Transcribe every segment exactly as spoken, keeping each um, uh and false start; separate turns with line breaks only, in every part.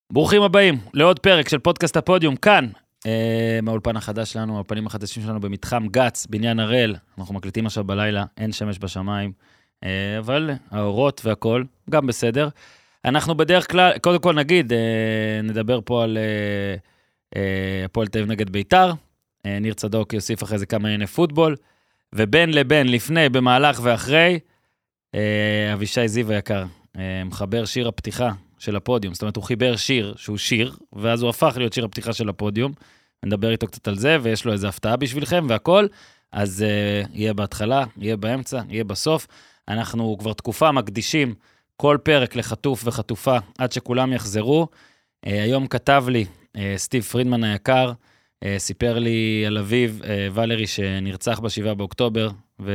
ברוכים הבאים לעוד פרק של פודקאסט הפודיום, כאן, אה, מהאולפן החדש שלנו, הפנים החדשים שלנו במתחם גץ, בניין הראל, אנחנו מקליטים עכשיו בלילה, אין שמש בשמיים, אה, אבל האורות והכל, גם בסדר. אנחנו בדרך כלל, קודם כל נגיד, אה, נדבר פה על אה, אה, הפועל תל אביב נגד ביתר, אה, ניר צדוק יוסיף אחרי זה כמה ענייני פוטבול, ובין לבין, לפני, במהלך ואחרי, אה, אבישי זיו היקר, אה, מחבר שיר הפתיחה, של הפודיום, זאת אומרת, הוא חיבר שיר שהוא שיר, ואז הוא הפך להיות שיר הפתיחה של הפודיום, נדבר איתו קצת על זה, ויש לו איזו הפתעה בשבילכם, והכל, אז uh, יהיה בהתחלה, יהיה באמצע, יהיה בסוף, אנחנו כבר תקופה מקדישים כל פרק לחטוף וחטופה, עד שכולם יחזרו, uh, היום כתב לי uh, סטיב פרידמן היקר, uh, סיפר לי על אביו, uh, ולרי שנרצח בשבעה באוקטובר,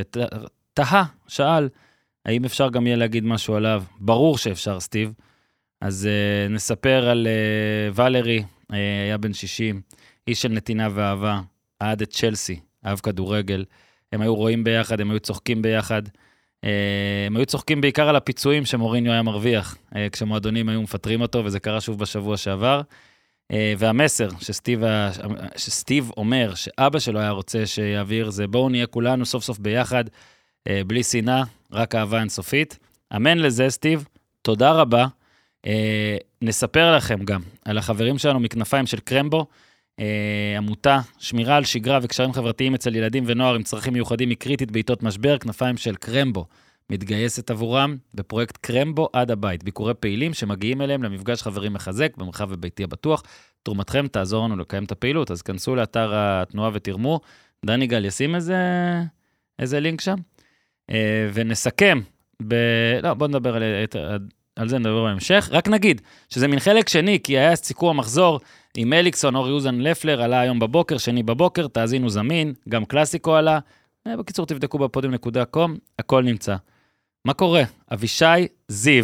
ותהה, שאל, האם אפשר גם יהיה להגיד משהו עליו? ברור שאפשר, סטיב, אז uh, נספר על uh, ולרי, uh, היה בן שישים, איש של נתינה ואהבה, אהד את צ'לסי, אהב כדורגל, הם היו רואים ביחד, הם היו צוחקים ביחד, uh, הם היו צוחקים בעיקר על הפיצויים שמוריניו היה מרוויח, uh, כשמועדונים היו מפטרים אותו, וזה קרה שוב בשבוע שעבר, uh, והמסר שסטיב, שסטיב אומר, שאבא שלו היה רוצה שיעביר, זה בואו נהיה כולנו סוף סוף ביחד, uh, בלי שנאה, רק אהבה אינסופית, אמן לזה סטיב, תודה רבה, Uh, נספר לכם גם על החברים שלנו מכנפיים של קרמבו, uh, עמותה, שמירה על שגרה וקשרים חברתיים אצל ילדים ונוער עם צרכים מיוחדים היא קריטית בעיתות משבר, כנפיים של קרמבו, מתגייסת עבורם בפרויקט קרמבו עד הבית, ביקורי פעילים שמגיעים אליהם למפגש חברים מחזק במרחב הביתי הבטוח, תרומתכם תעזור לנו לקיים את הפעילות, אז כנסו לאתר התנועה ותרמו, דני גל ישים איזה, איזה לינק שם, uh, ונסכם, ב... לא, בוא נדבר על... על זה נדבר בהמשך, רק נגיד שזה מין חלק שני, כי היה סיכום המחזור עם אליקסון, אור יוזן לפלר, עלה היום בבוקר, שני בבוקר, תאזינו זמין, גם קלאסיקו עלה, בקיצור תבדקו בפודיום נקודה קום, הכל נמצא. מה קורה? אבישי זיו.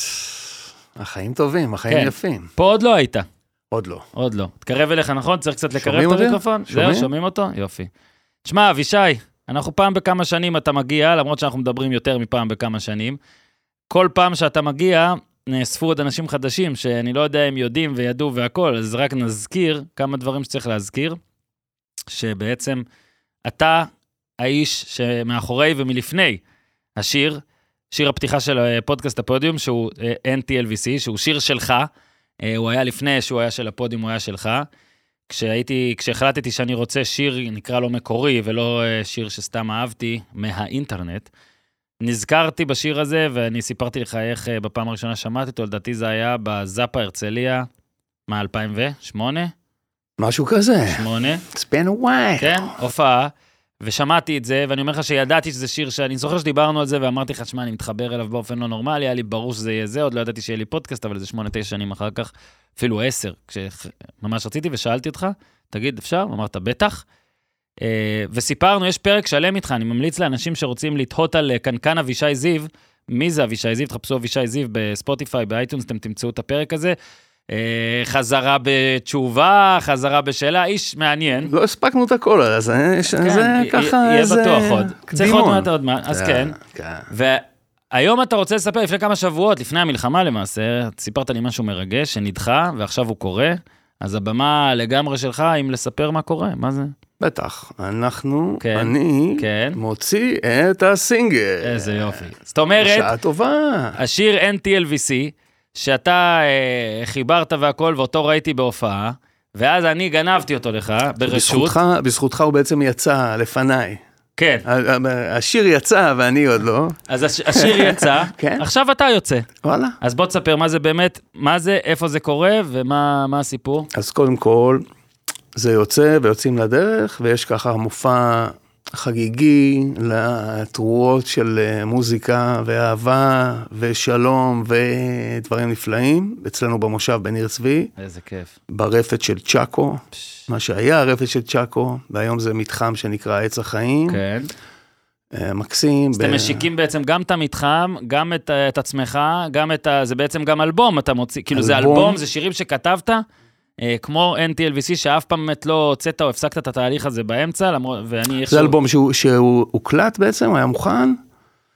החיים טובים, החיים
כן.
יפים.
פה עוד לא היית.
עוד לא.
עוד לא. תקרב אליך, נכון? צריך קצת לקרב את המיקרופון?
שומעים?
זהו, שומעים אותו? יופי. תשמע, אבישי, אנחנו פעם בכמה שנים אתה מגיע, למרות שאנחנו מדברים יותר מפעם בכמה שנים, כל פעם שאתה מגיע, נאספו עוד אנשים חדשים, שאני לא יודע אם יודעים וידעו והכל, אז רק נזכיר כמה דברים שצריך להזכיר, שבעצם אתה האיש שמאחורי ומלפני השיר, שיר הפתיחה של פודקאסט הפודיום, שהוא אן טי אל וי סי, שהוא שיר שלך, הוא היה לפני שהוא היה של הפודיום, הוא היה שלך, כשהייתי, כשהחלטתי שאני רוצה שיר, נקרא לו מקורי, ולא שיר שסתם אהבתי, מהאינטרנט, נזכרתי בשיר הזה, ואני סיפרתי לך איך בפעם הראשונה שמעתי אותו, לדעתי זה היה בזאפה הרצליה, מה, אלפיים ושמונה?
משהו כזה.
שמונה.
It's been a while.
כן, הופעה, ושמעתי את זה, ואני אומר לך שידעתי שזה שיר שאני זוכר שדיברנו על זה, ואמרתי לך, שמה, אני מתחבר אליו באופן לא נורמלי, היה לי ברור שזה יהיה זה, עוד לא ידעתי שיהיה לי פודקאסט, אבל זה שמונה, תשע שנים אחר כך, אפילו עשר, כשממש רציתי ושאלתי אותך, תגיד, אפשר? אמרת, בטח. Uh, וסיפרנו, יש פרק שלם איתך, אני ממליץ לאנשים שרוצים לתהות על קנקן אבישי זיו, מי זה אבישי זיו? תחפשו אבישי זיו בספוטיפיי, באייטונס, אתם תמצאו את הפרק הזה, uh, חזרה בתשובה, חזרה בשאלה, איש מעניין.
לא הספקנו את הכל, אז כן, זה י- ככה
יהיה
איזה
בטוח עוד. צריך עוד מעט עוד מעט, אז כן.
כן.
והיום אתה רוצה לספר, לפני כמה שבועות, לפני המלחמה למעשה, סיפרת לי משהו מרגש שנדחה, ועכשיו הוא קורה, אז הבמה לגמרי שלך, אם לספר מה קורה, מה זה?
בטח, אנחנו,
כן,
אני,
כן.
מוציא את הסינגל.
איזה יופי. זאת אומרת,
שעה טובה.
השיר אן טי אל וי סי, שאתה אה, חיברת והכל, ואותו ראיתי בהופעה, ואז אני גנבתי אותו לך, ברשות.
בזכותך, בזכותך הוא בעצם יצא לפניי.
כן.
השיר יצא ואני עוד לא.
אז הש, השיר יצא,
כן.
עכשיו אתה יוצא.
וואלה.
אז בוא תספר מה זה באמת, מה זה, איפה זה קורה, ומה מה הסיפור.
אז קודם כל, זה יוצא ויוצאים לדרך, ויש ככה מופע חגיגי לתרועות של מוזיקה ואהבה ושלום ודברים נפלאים, אצלנו במושב בניר צבי.
איזה כיף.
ברפת של צ'אקו, מה שהיה הרפת של צ'אקו, והיום זה מתחם שנקרא עץ החיים.
כן.
מקסים.
אז אתם משיקים בעצם גם את המתחם, גם את, את עצמך, גם את ה... זה בעצם גם אלבום אתה מוציא, כאילו זה אלבום, זה שירים שכתבת, כמו אן טי אל וי סי, שאף פעם באמת לא הוצאת או הפסקת את התהליך הזה באמצע, למרות, ואני...
זה אלבום שהוא, שהוא הוקלט בעצם, הוא היה מוכן,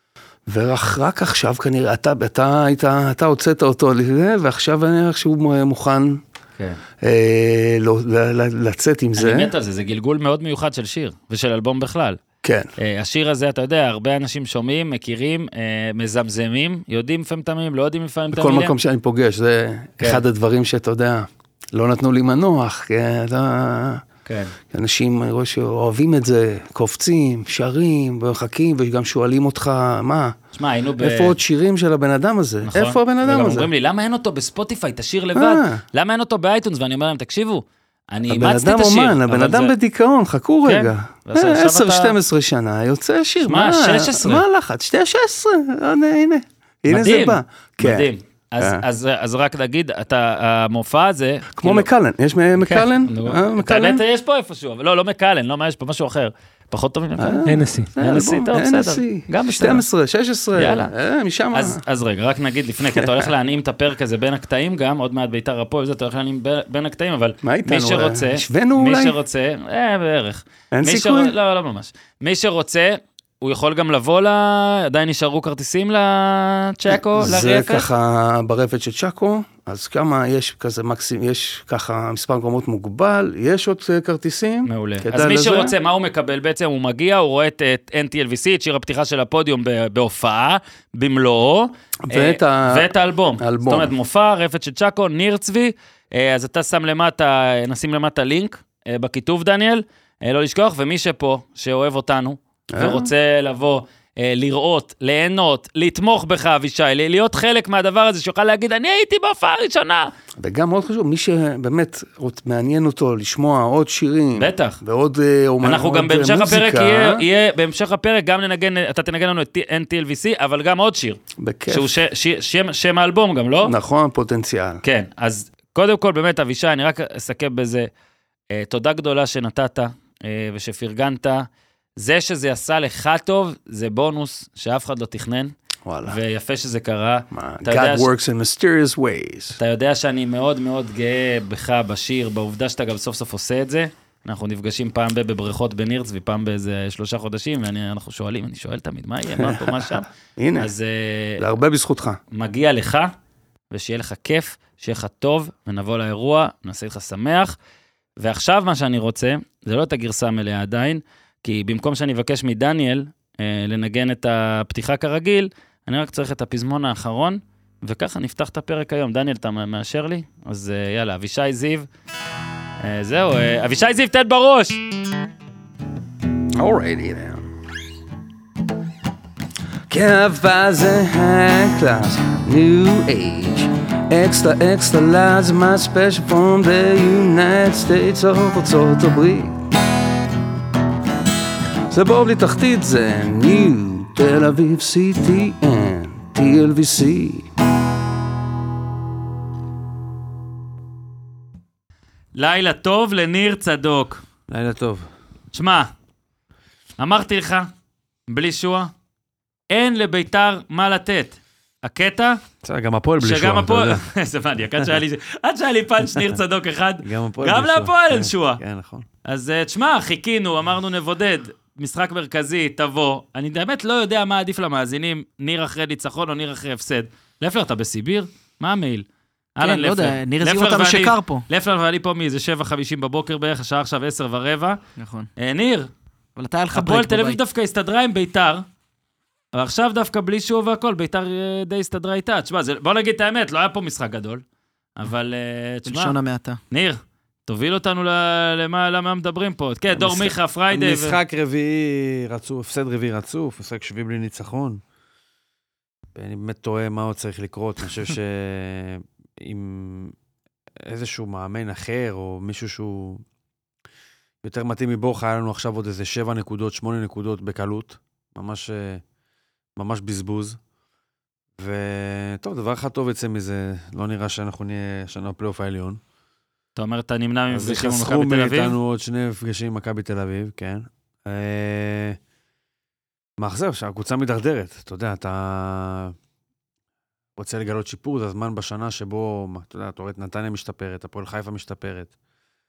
ורק עכשיו כנראה, אתה, אתה, אתה, אתה הוצאת אותו לזה, ועכשיו אני חושב שהוא מוכן
כן.
אה, לא, לצאת עם זה.
אני מת על זה, זה גלגול מאוד מיוחד של שיר, ושל אלבום בכלל.
כן.
אה, השיר הזה, אתה יודע, הרבה אנשים שומעים, מכירים, אה, מזמזמים, יודעים לפעמים תמים, לא יודעים לפעמים תמים.
בכל מקום שאני פוגש, זה כן. אחד הדברים שאתה יודע, לא נתנו לי מנוח, כי אתה...
כן.
אנשים שאוהבים את זה, קופצים, שרים, ומחכים, וגם שואלים אותך, מה?
שמה, היינו ב...
איפה עוד שירים של הבן אדם הזה?
נכון.
איפה הבן אדם הזה?
וגם אומרים לי, למה אין אותו בספוטיפיי, תשאיר לבד? למה אין אותו באייטונס? ואני אומר להם, תקשיבו, אני אימצתי את השיר.
הבן אדם אומן, הבן אדם בדיכאון, חכו
כן.
רגע. עשר שתים עשרה שנה, יוצא שיר.
שמה, שש עשרה.
מה הלחץ? שש עשרה, הנה, הנה. הנה זה בא.
מדהים. אז, אז, אז רק להגיד, אתה, המופע הזה...
כמו כאילו... מקלן, יש מקלן?
מקלן? יש פה איפשהו, אבל לא, לא מקלן, לא מה, יש פה משהו אחר. פחות טוב ממקלן.
הנסי.
הנסי, טוב, בסדר. גם
שתים עשרה, שש עשרה,
יאללה.
משם.
אז, אז רגע, רק נגיד לפני, כי אתה הולך להנעים את הפרק הזה בין הקטעים גם, עוד מעט ביתר הפועל, אתה הולך להנעים בין הקטעים, אבל מי שרוצה...
השווינו
מי
אולי?
שרוצה, אה, בערך.
אין סיכוי?
לא, לא ממש. מי שרוצה... הוא יכול גם לבוא ל... עדיין נשארו כרטיסים לצ'קו, לרפת?
זה ככה ברפת של צ'קו, אז כמה יש כזה מקסימום, יש ככה מספר מקומות מוגבל, יש עוד כרטיסים.
מעולה. אז מי שרוצה, מה הוא מקבל בעצם? הוא מגיע, הוא רואה את אן טי אל וי סי, את שיר הפתיחה של הפודיום בהופעה, במלואו,
ואת, ה...
ואת האלבום.
האלבום.
זאת אומרת, מופע, רפת של צ'קו, ניר צבי, אז אתה שם למטה, נשים למטה לינק בכיתוב, דניאל, לא לשכוח, ומי שפה, שאוהב אותנו, ורוצה לבוא, לראות, ליהנות, לתמוך בך, אבישי, להיות חלק מהדבר הזה, שיוכל להגיד, אני הייתי בהופעה הראשונה.
וגם מאוד חשוב, מי שבאמת מעניין אותו לשמוע עוד שירים.
בטח.
ועוד אומן,
אנחנו גם בהמשך הפרק יהיה, יהיה, בהמשך הפרק גם ננגן, אתה תנגן לנו את אן טי אל וי סי, אבל גם עוד שיר.
בכיף.
שהוא ש, ש, שם, שם האלבום גם, לא?
נכון, פוטנציאל.
כן, אז קודם כל, באמת, אבישי, אני רק אסכם בזה, תודה גדולה שנתת ושפרגנת, זה שזה עשה לך טוב, זה בונוס שאף אחד לא תכנן,
וואלה.
ויפה שזה קרה.
God works ש... in mysterious ways.
אתה יודע שאני מאוד מאוד גאה בך בשיר, בעובדה שאתה גם סוף סוף עושה את זה. אנחנו נפגשים פעם בבריכות בנירץ, ופעם באיזה שלושה חודשים, ואנחנו שואלים, אני שואל תמיד, מה יהיה, מה פה, מה שם?
הנה,
אז,
זה הרבה בזכותך.
מגיע לך, ושיהיה לך כיף, שיהיה לך טוב, ונבוא לאירוע, נעשה לך שמח. ועכשיו מה שאני רוצה, זה לא את הגרסה המלאה עדיין, כי במקום שאני אבקש מדניאל אה, לנגן את הפתיחה כרגיל, אני רק צריך את הפזמון האחרון, וככה נפתח את הפרק היום. דניאל, אתה מאשר לי? אז אה, יאללה, אבישי זיו. אה, זהו, אה, אבישי זיו, תד בראש!
Alrighty then. קפה זה הקלאס, new age, extra extra large, my special from the United States of ארצות הברית. זה בוב לי תחתית, זה ניו תל אביב סי טי אן, טי אל וי סי.
לילה טוב לניר צדוק.
לילה טוב.
תשמע, אמרתי לך, בלי שואה, אין לביתר מה לתת. הקטע...
גם הפועל בלי שואה,
שגם הפועל... זה מניאק, עד שהיה לי פאנץ' ניר צדוק אחד, גם להפועל אין שואה.
כן, נכון.
אז תשמע, חיכינו, אמרנו נבודד, משחק מרכזי, תבוא. אני באמת לא יודע מה עדיף למאזינים, ניר אחרי ניצחון או ניר אחרי הפסד. לפלר, אתה בסיביר? מה המייל?
כן, לא יודע, ניר הזהיר אותנו שקר פה.
לפלר ואני פה מאיזה שבע חמישים בבוקר בערך, השעה עכשיו עשר ורבע.
נכון.
ניר,
אבל אתה היה לך ברייק
הפועל
בבית.
תל אביב דווקא הסתדרה עם ביתר, ועכשיו דווקא בלי שוב והכל, ביתר די הסתדרה איתה. תשמע, בוא נגיד את האמת, לא היה פה משחק גדול, אבל תשמע,
בלשון המעטה.
ניר, תוביל אותנו למה מדברים פה. כן, דור מיכה, פריידי.
משחק רביעי רצוף, הפסד רביעי רצוף, משחק שביעי בלי ניצחון. אני באמת טועה מה עוד צריך לקרות. אני חושב שעם איזשהו מאמן אחר, או מישהו שהוא יותר מתאים מבורך, היה לנו עכשיו עוד איזה שבע נקודות, שמונה נקודות בקלות. ממש, ממש בזבוז. וטוב, דבר אחד טוב יצא מזה, לא נראה שאנחנו נהיה שנה פלייאוף העליון.
אתה אומר, אתה נמנע ממפגשים עם מכבי תל
אביב? אז חסכו מאיתנו עוד שני מפגשים עם מכבי תל אביב, כן. מאכזב, שהקבוצה מדרדרת. אתה יודע, אתה רוצה לגלות שיפור, זה הזמן בשנה שבו, אתה יודע, אתה רואה את נתניה משתפרת, הפועל חיפה משתפרת.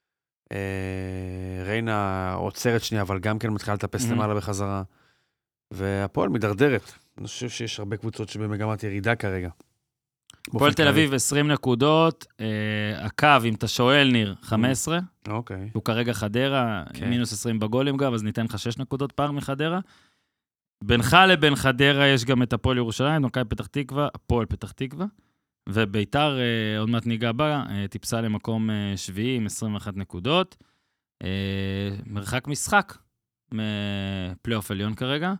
ריינה עוצרת שנייה, אבל גם כן מתחילה לטפס למעלה בחזרה. והפועל מדרדרת. אני חושב שיש הרבה קבוצות שבמגמת ירידה כרגע.
הפועל תל אביב עשרים נקודות, הקו, אם אתה שואל ניר, חמש עשרה.
אוקיי.
הוא כרגע חדרה, מינוס עשרים בגולים גם, אז ניתן לך שש נקודות פער מחדרה. בינך לבין חדרה יש גם את הפועל ירושלים, מכבי פתח תקווה, הפועל פתח תקווה, וביתר, עוד מעט ניגע בה, טיפסה למקום שביעי עם עשרים ואחת נקודות. מרחק משחק מפלייאוף עליון כרגע.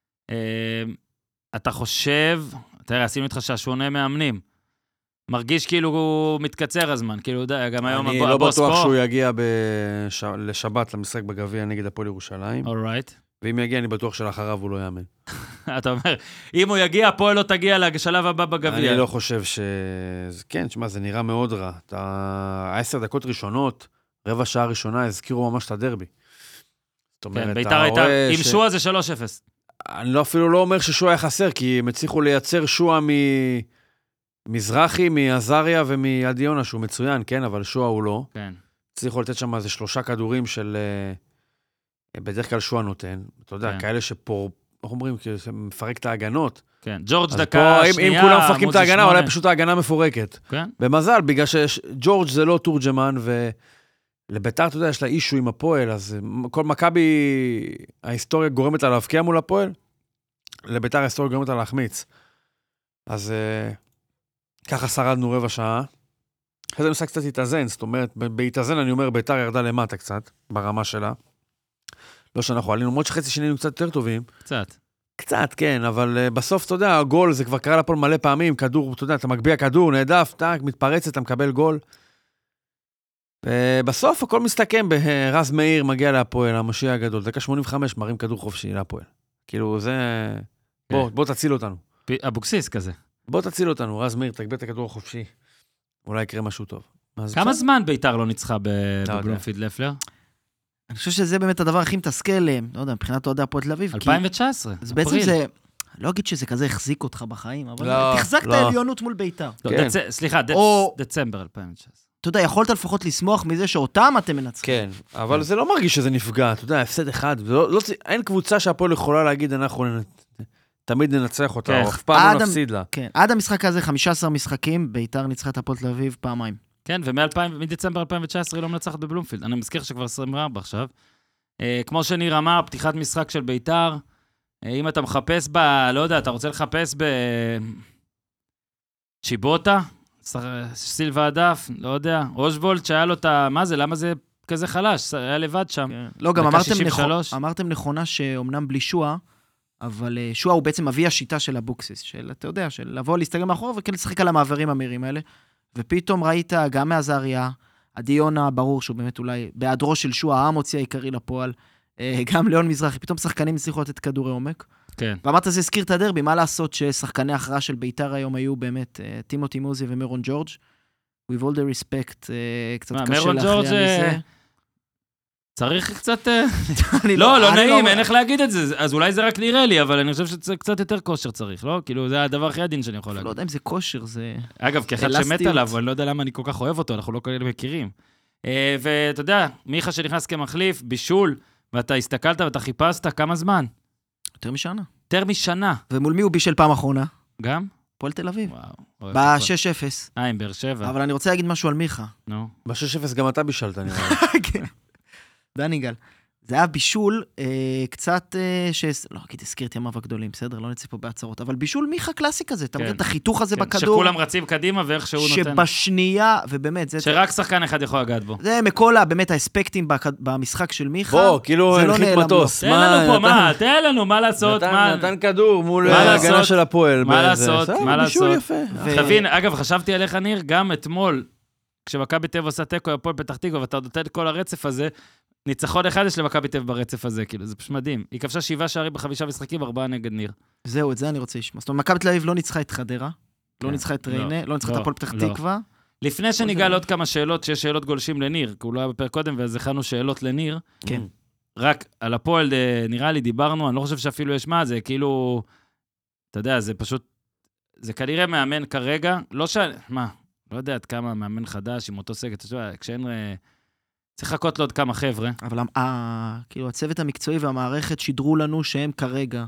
אתה חושב, תראה, עשינו איתך שהשונה מאמנים. מרגיש כאילו הוא מתקצר הזמן, כאילו, גם היום
אני לא בטוח שהוא יגיע לשבת למשחק בגביע נגד הפועל ירושלים.
Alright.
ואם יגיע, אני בטוח שלאחריו הוא לא יאמן.
אתה אומר, אם הוא יגיע, הפועל לא תגיע לשלב הבא בגביע.
אני לא חושב ש... כן, תשמע, זה נראה מאוד רע. העשר דקות ראשונות, רבע שעה ראשונה, הזכירו ממש את הדרבי.
כן, ביתר הייתה, עם שועה זה שלוש אפס.
אני לא, אפילו לא אומר ששועה היה חסר, כי הם הצליחו לייצר שועה ממזרחי, מעזריה ומעדיונה, שהוא מצוין, כן, אבל שועה הוא לא.
כן.
הצליחו לתת שם איזה שלושה כדורים של... בדרך כלל שועה נותן. אתה יודע, כן. כאלה שפה, איך אומרים, כאילו, מפרק את ההגנות.
כן, ג'ורג' דקה
פה,
שנייה,
אם כולם מפרקים את ההגנה, אולי פשוט ההגנה מפורקת.
כן.
במזל, בגלל שג'ורג' זה לא תורג'מן, ולביתר, אתה יודע, יש לה אישו עם הפועל, אז כל מכבי, ההיסטוריה גורמת לה להבקיע מול הפועל, לביתר ההיסטוריה גורמת לה להחמיץ. אז ככה שרדנו רבע שעה. אחרי זה משחק קצת התאזן, זאת אומרת, בהתאזן אני אומר, ביתר ירדה למטה קצת, ברמה שלה. לא שאנחנו עלינו, למרות שחצי שנינו קצת יותר טובים.
קצת.
קצת, כן, אבל uh, בסוף, אתה יודע, הגול, זה כבר קרה לפועל מלא פעמים, כדור, אתה יודע, אתה מגביע כדור, נעדף, טק, מתפרצת, אתה מקבל גול. ובסוף הכל מסתכם ברז מאיר, מגיע להפועל, המשיע הגדול, דקה שמונים וחמש, מרים כדור חופשי להפועל. כאילו, זה... בוא, בוא תציל אותנו.
אבוקסיס כזה.
בוא תציל אותנו, רז מאיר, תגביר את הכדור החופשי. אולי יקרה משהו טוב.
כמה זמן ביתר לא ניצחה בבלומפילד לפלר?
אני חושב שזה באמת הדבר הכי מתסכל, לא יודע, מבחינת אוהדי הפועל תל אביב.
אלפיים תשע עשרה,
אז בעצם זה, לא אגיד שזה כזה החזיק אותך בחיים, אבל תחזק את העליונות מול ביתר.
סליחה, דצמבר אלפיים תשע עשרה.
אתה יודע, יכולת לפחות לשמוח מזה שאותם אתם מנצחים.
כן, אבל זה לא מרגיש שזה נפגע, אתה יודע, הפסד אחד, אין קבוצה שהפועל יכולה להגיד, אנחנו תמיד ננצח אותה, או אף פעם לא נפסיד לה.
כן, עד המשחק הזה, חמישה עשר משחקים, ביתר ניצחה את הפועל תל אביב פעמיים.
כן, ומדצמבר אלפיים תשע עשרה היא לא מנצחת בבלומפילד. אני מזכיר שכבר עשרים וארבע עכשיו. כמו שניר אמר, פתיחת משחק של ביתר, אם אתה מחפש ב... לא יודע, אתה רוצה לחפש ב... צ'יבוטה, סילבה הדף, לא יודע, אושבולט שהיה לו את ה... מה זה? למה זה כזה חלש? היה לבד שם.
לא, גם אמרתם נכונה שאומנם בלי שועה, אבל שועה הוא בעצם אבי השיטה של אבוקסיס, של, אתה יודע, של לבוא להסתגל מאחור וכן לשחק על המעברים המהירים האלה. ופתאום ראית גם מעזריה, עדיונה, ברור שהוא באמת אולי בהיעדרו של שועה, המוציא העיקרי לפועל, גם ליאון מזרחי, פתאום שחקנים הצליחו לתת כדורי עומק.
כן.
ואמרת, זה הזכיר את הדרבי, מה לעשות ששחקני הכרעה של ביתר היום היו באמת טימותי מוזי ומרון ג'ורג'. With all the respect, קצת קשה להכריע מזה.
צריך קצת... לא, לא נעים, אין איך להגיד את זה. אז אולי זה רק נראה לי, אבל אני חושב שזה קצת יותר כושר צריך, לא? כאילו, זה הדבר הכי עדין שאני יכול להגיד.
לא יודע אם זה כושר, זה...
אגב, כאחד שמת עליו, אני לא יודע למה אני כל כך אוהב אותו, אנחנו לא כאלה מכירים. ואתה יודע, מיכה שנכנס כמחליף, בישול, ואתה הסתכלת ואתה חיפשת כמה זמן?
יותר משנה.
יותר משנה.
ומול מי הוא בישל פעם אחרונה?
גם?
פועל תל אביב. ב-שש אפס.
אה, עם באר שבע.
אבל אני רוצה להגיד משהו על מיכה.
נו.
ב-שש אפס גם אתה בישלת, נראה.
כן. דני גל. זה היה בישול אה, קצת, אה, ש... לא, אגיד, הזכרתי ימיו הגדולים, בסדר? לא נצא פה בהצהרות, אבל בישול מיכה קלאסי כזה, אתה מבין את החיתוך הזה בכדור.
שכולם רצים קדימה ואיך שהוא נותן.
שבשנייה, ובאמת, זה...
שרק שחקן אחד יכול לגעת בו.
זה מכל, באמת, האספקטים במשחק של מיכה.
בוא, כאילו, הנחית מטוס.
תן לנו פה, מה? תן לנו, מה לעשות?
נתן כדור מול ההגנה של הפועל.
מה לעשות? מה לעשות?
בישול יפה.
תבין, אגב, חשבתי עליך, ניר, גם אתמול, כשמכבי תל אביב עושה תיקו, הפועל פתח תקווה, ואתה נותן את כל הרצף הזה, ניצחון אחד יש למכבי תל אביב ברצף הזה, כאילו, זה פשוט מדהים. היא כבשה שבעה שערים בחמישה משחקים, ארבעה נגד ניר.
זהו, את זה אני רוצה לשמוע. זאת אומרת, מכבי תל אביב לא ניצחה את חדרה, לא ניצחה את ריינה, לא ניצחה את הפועל פתח תקווה.
לפני שניגע לעוד כמה שאלות, שיש שאלות גולשים לניר, כי הוא לא היה בפרק קודם, ואז הכנו שאלות לניר.
כן.
רק על הפועל, נראה לי, דיברנו, אני לא חושב שאפילו יש מה, זה כאילו, אתה יודע, זה פשוט, זה כנראה מאמן כרגע, לא ש... מה? לא יודע עד כמה מאמן חדש עם אותו סגל, אתה יודע, כשאין... צריך לחכות לעוד כמה חבר'ה.
אבל כאילו, הצוות המקצועי והמערכת שידרו לנו שהם כרגע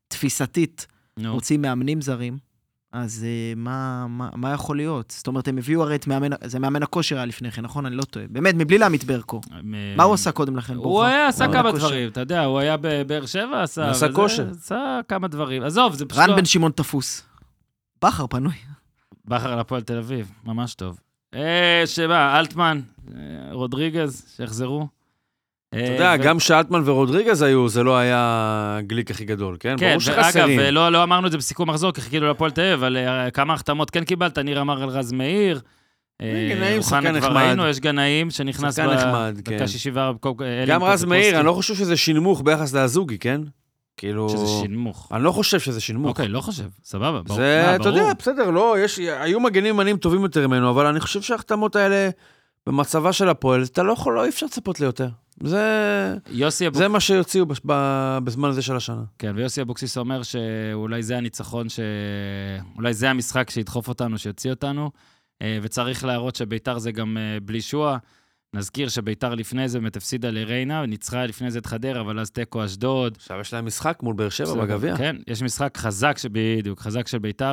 תפיסתית,
נו.
רוצים מאמנים זרים, אז uh, מה, מה, מה יכול להיות? זאת אומרת, הם הביאו הרי את מאמן, זה מאמן הכושר היה לפני כן, נכון? אני לא טועה. באמת, מבלי להעמיד ברקו. מה הוא עשה קודם לכן?
הוא היה עשה כמה דברים, אתה יודע, הוא היה בבאר שבע, עשה...
עשה כושר.
עשה כמה דברים. עזוב, זה פשוט...
רן בן שמעון תפוס. בכר פנוי.
בכר לפועל תל אביב, ממש טוב. אה, שבא, אלטמן, רודריגז, שיחזרו.
אתה יודע, גם שאלטמן ורודריגז היו, זה לא היה גליק הכי גדול, כן?
כן, ואגב, לא אמרנו את זה בסיכום מחזור, כי חיכינו לפועל תל אביב, אבל כמה החתמות כן קיבלת, ניר אמר על רז מאיר.
גנאים, שחקן נחמד.
ראינו, יש גנאים שנכנס בדקה שישים וארבע.
גם רז מאיר, אני לא חושב שזה שינמוך ביחס לאזוגי, כן? כאילו...
שזה שינמוך.
אני לא חושב שזה שינמוך.
אוקיי, לא חושב, סבבה, ברור.
זה, אתה יודע, בסדר, לא, היו מגנים מנים טובים יותר ממנו, אבל אני חושב שההחתמות האלה, במצבה של הפועל, אתה לא יכול, לא אפשר לצפות ליותר. זה, זה מה שיוציאו בזמן הזה של השנה.
כן, ויוסי אבוקסיס אומר שאולי זה הניצחון, אולי זה המשחק שידחוף אותנו, שיוציא אותנו, וצריך להראות שביתר זה גם בלי שואה. נזכיר שביתר לפני זה באמת הפסידה לריינה, ניצחה לפני זה את חדרה, אבל אז תיקו אשדוד.
עכשיו יש להם משחק מול באר שבע בגביע.
כן, יש משחק חזק, בדיוק, חזק של ביתר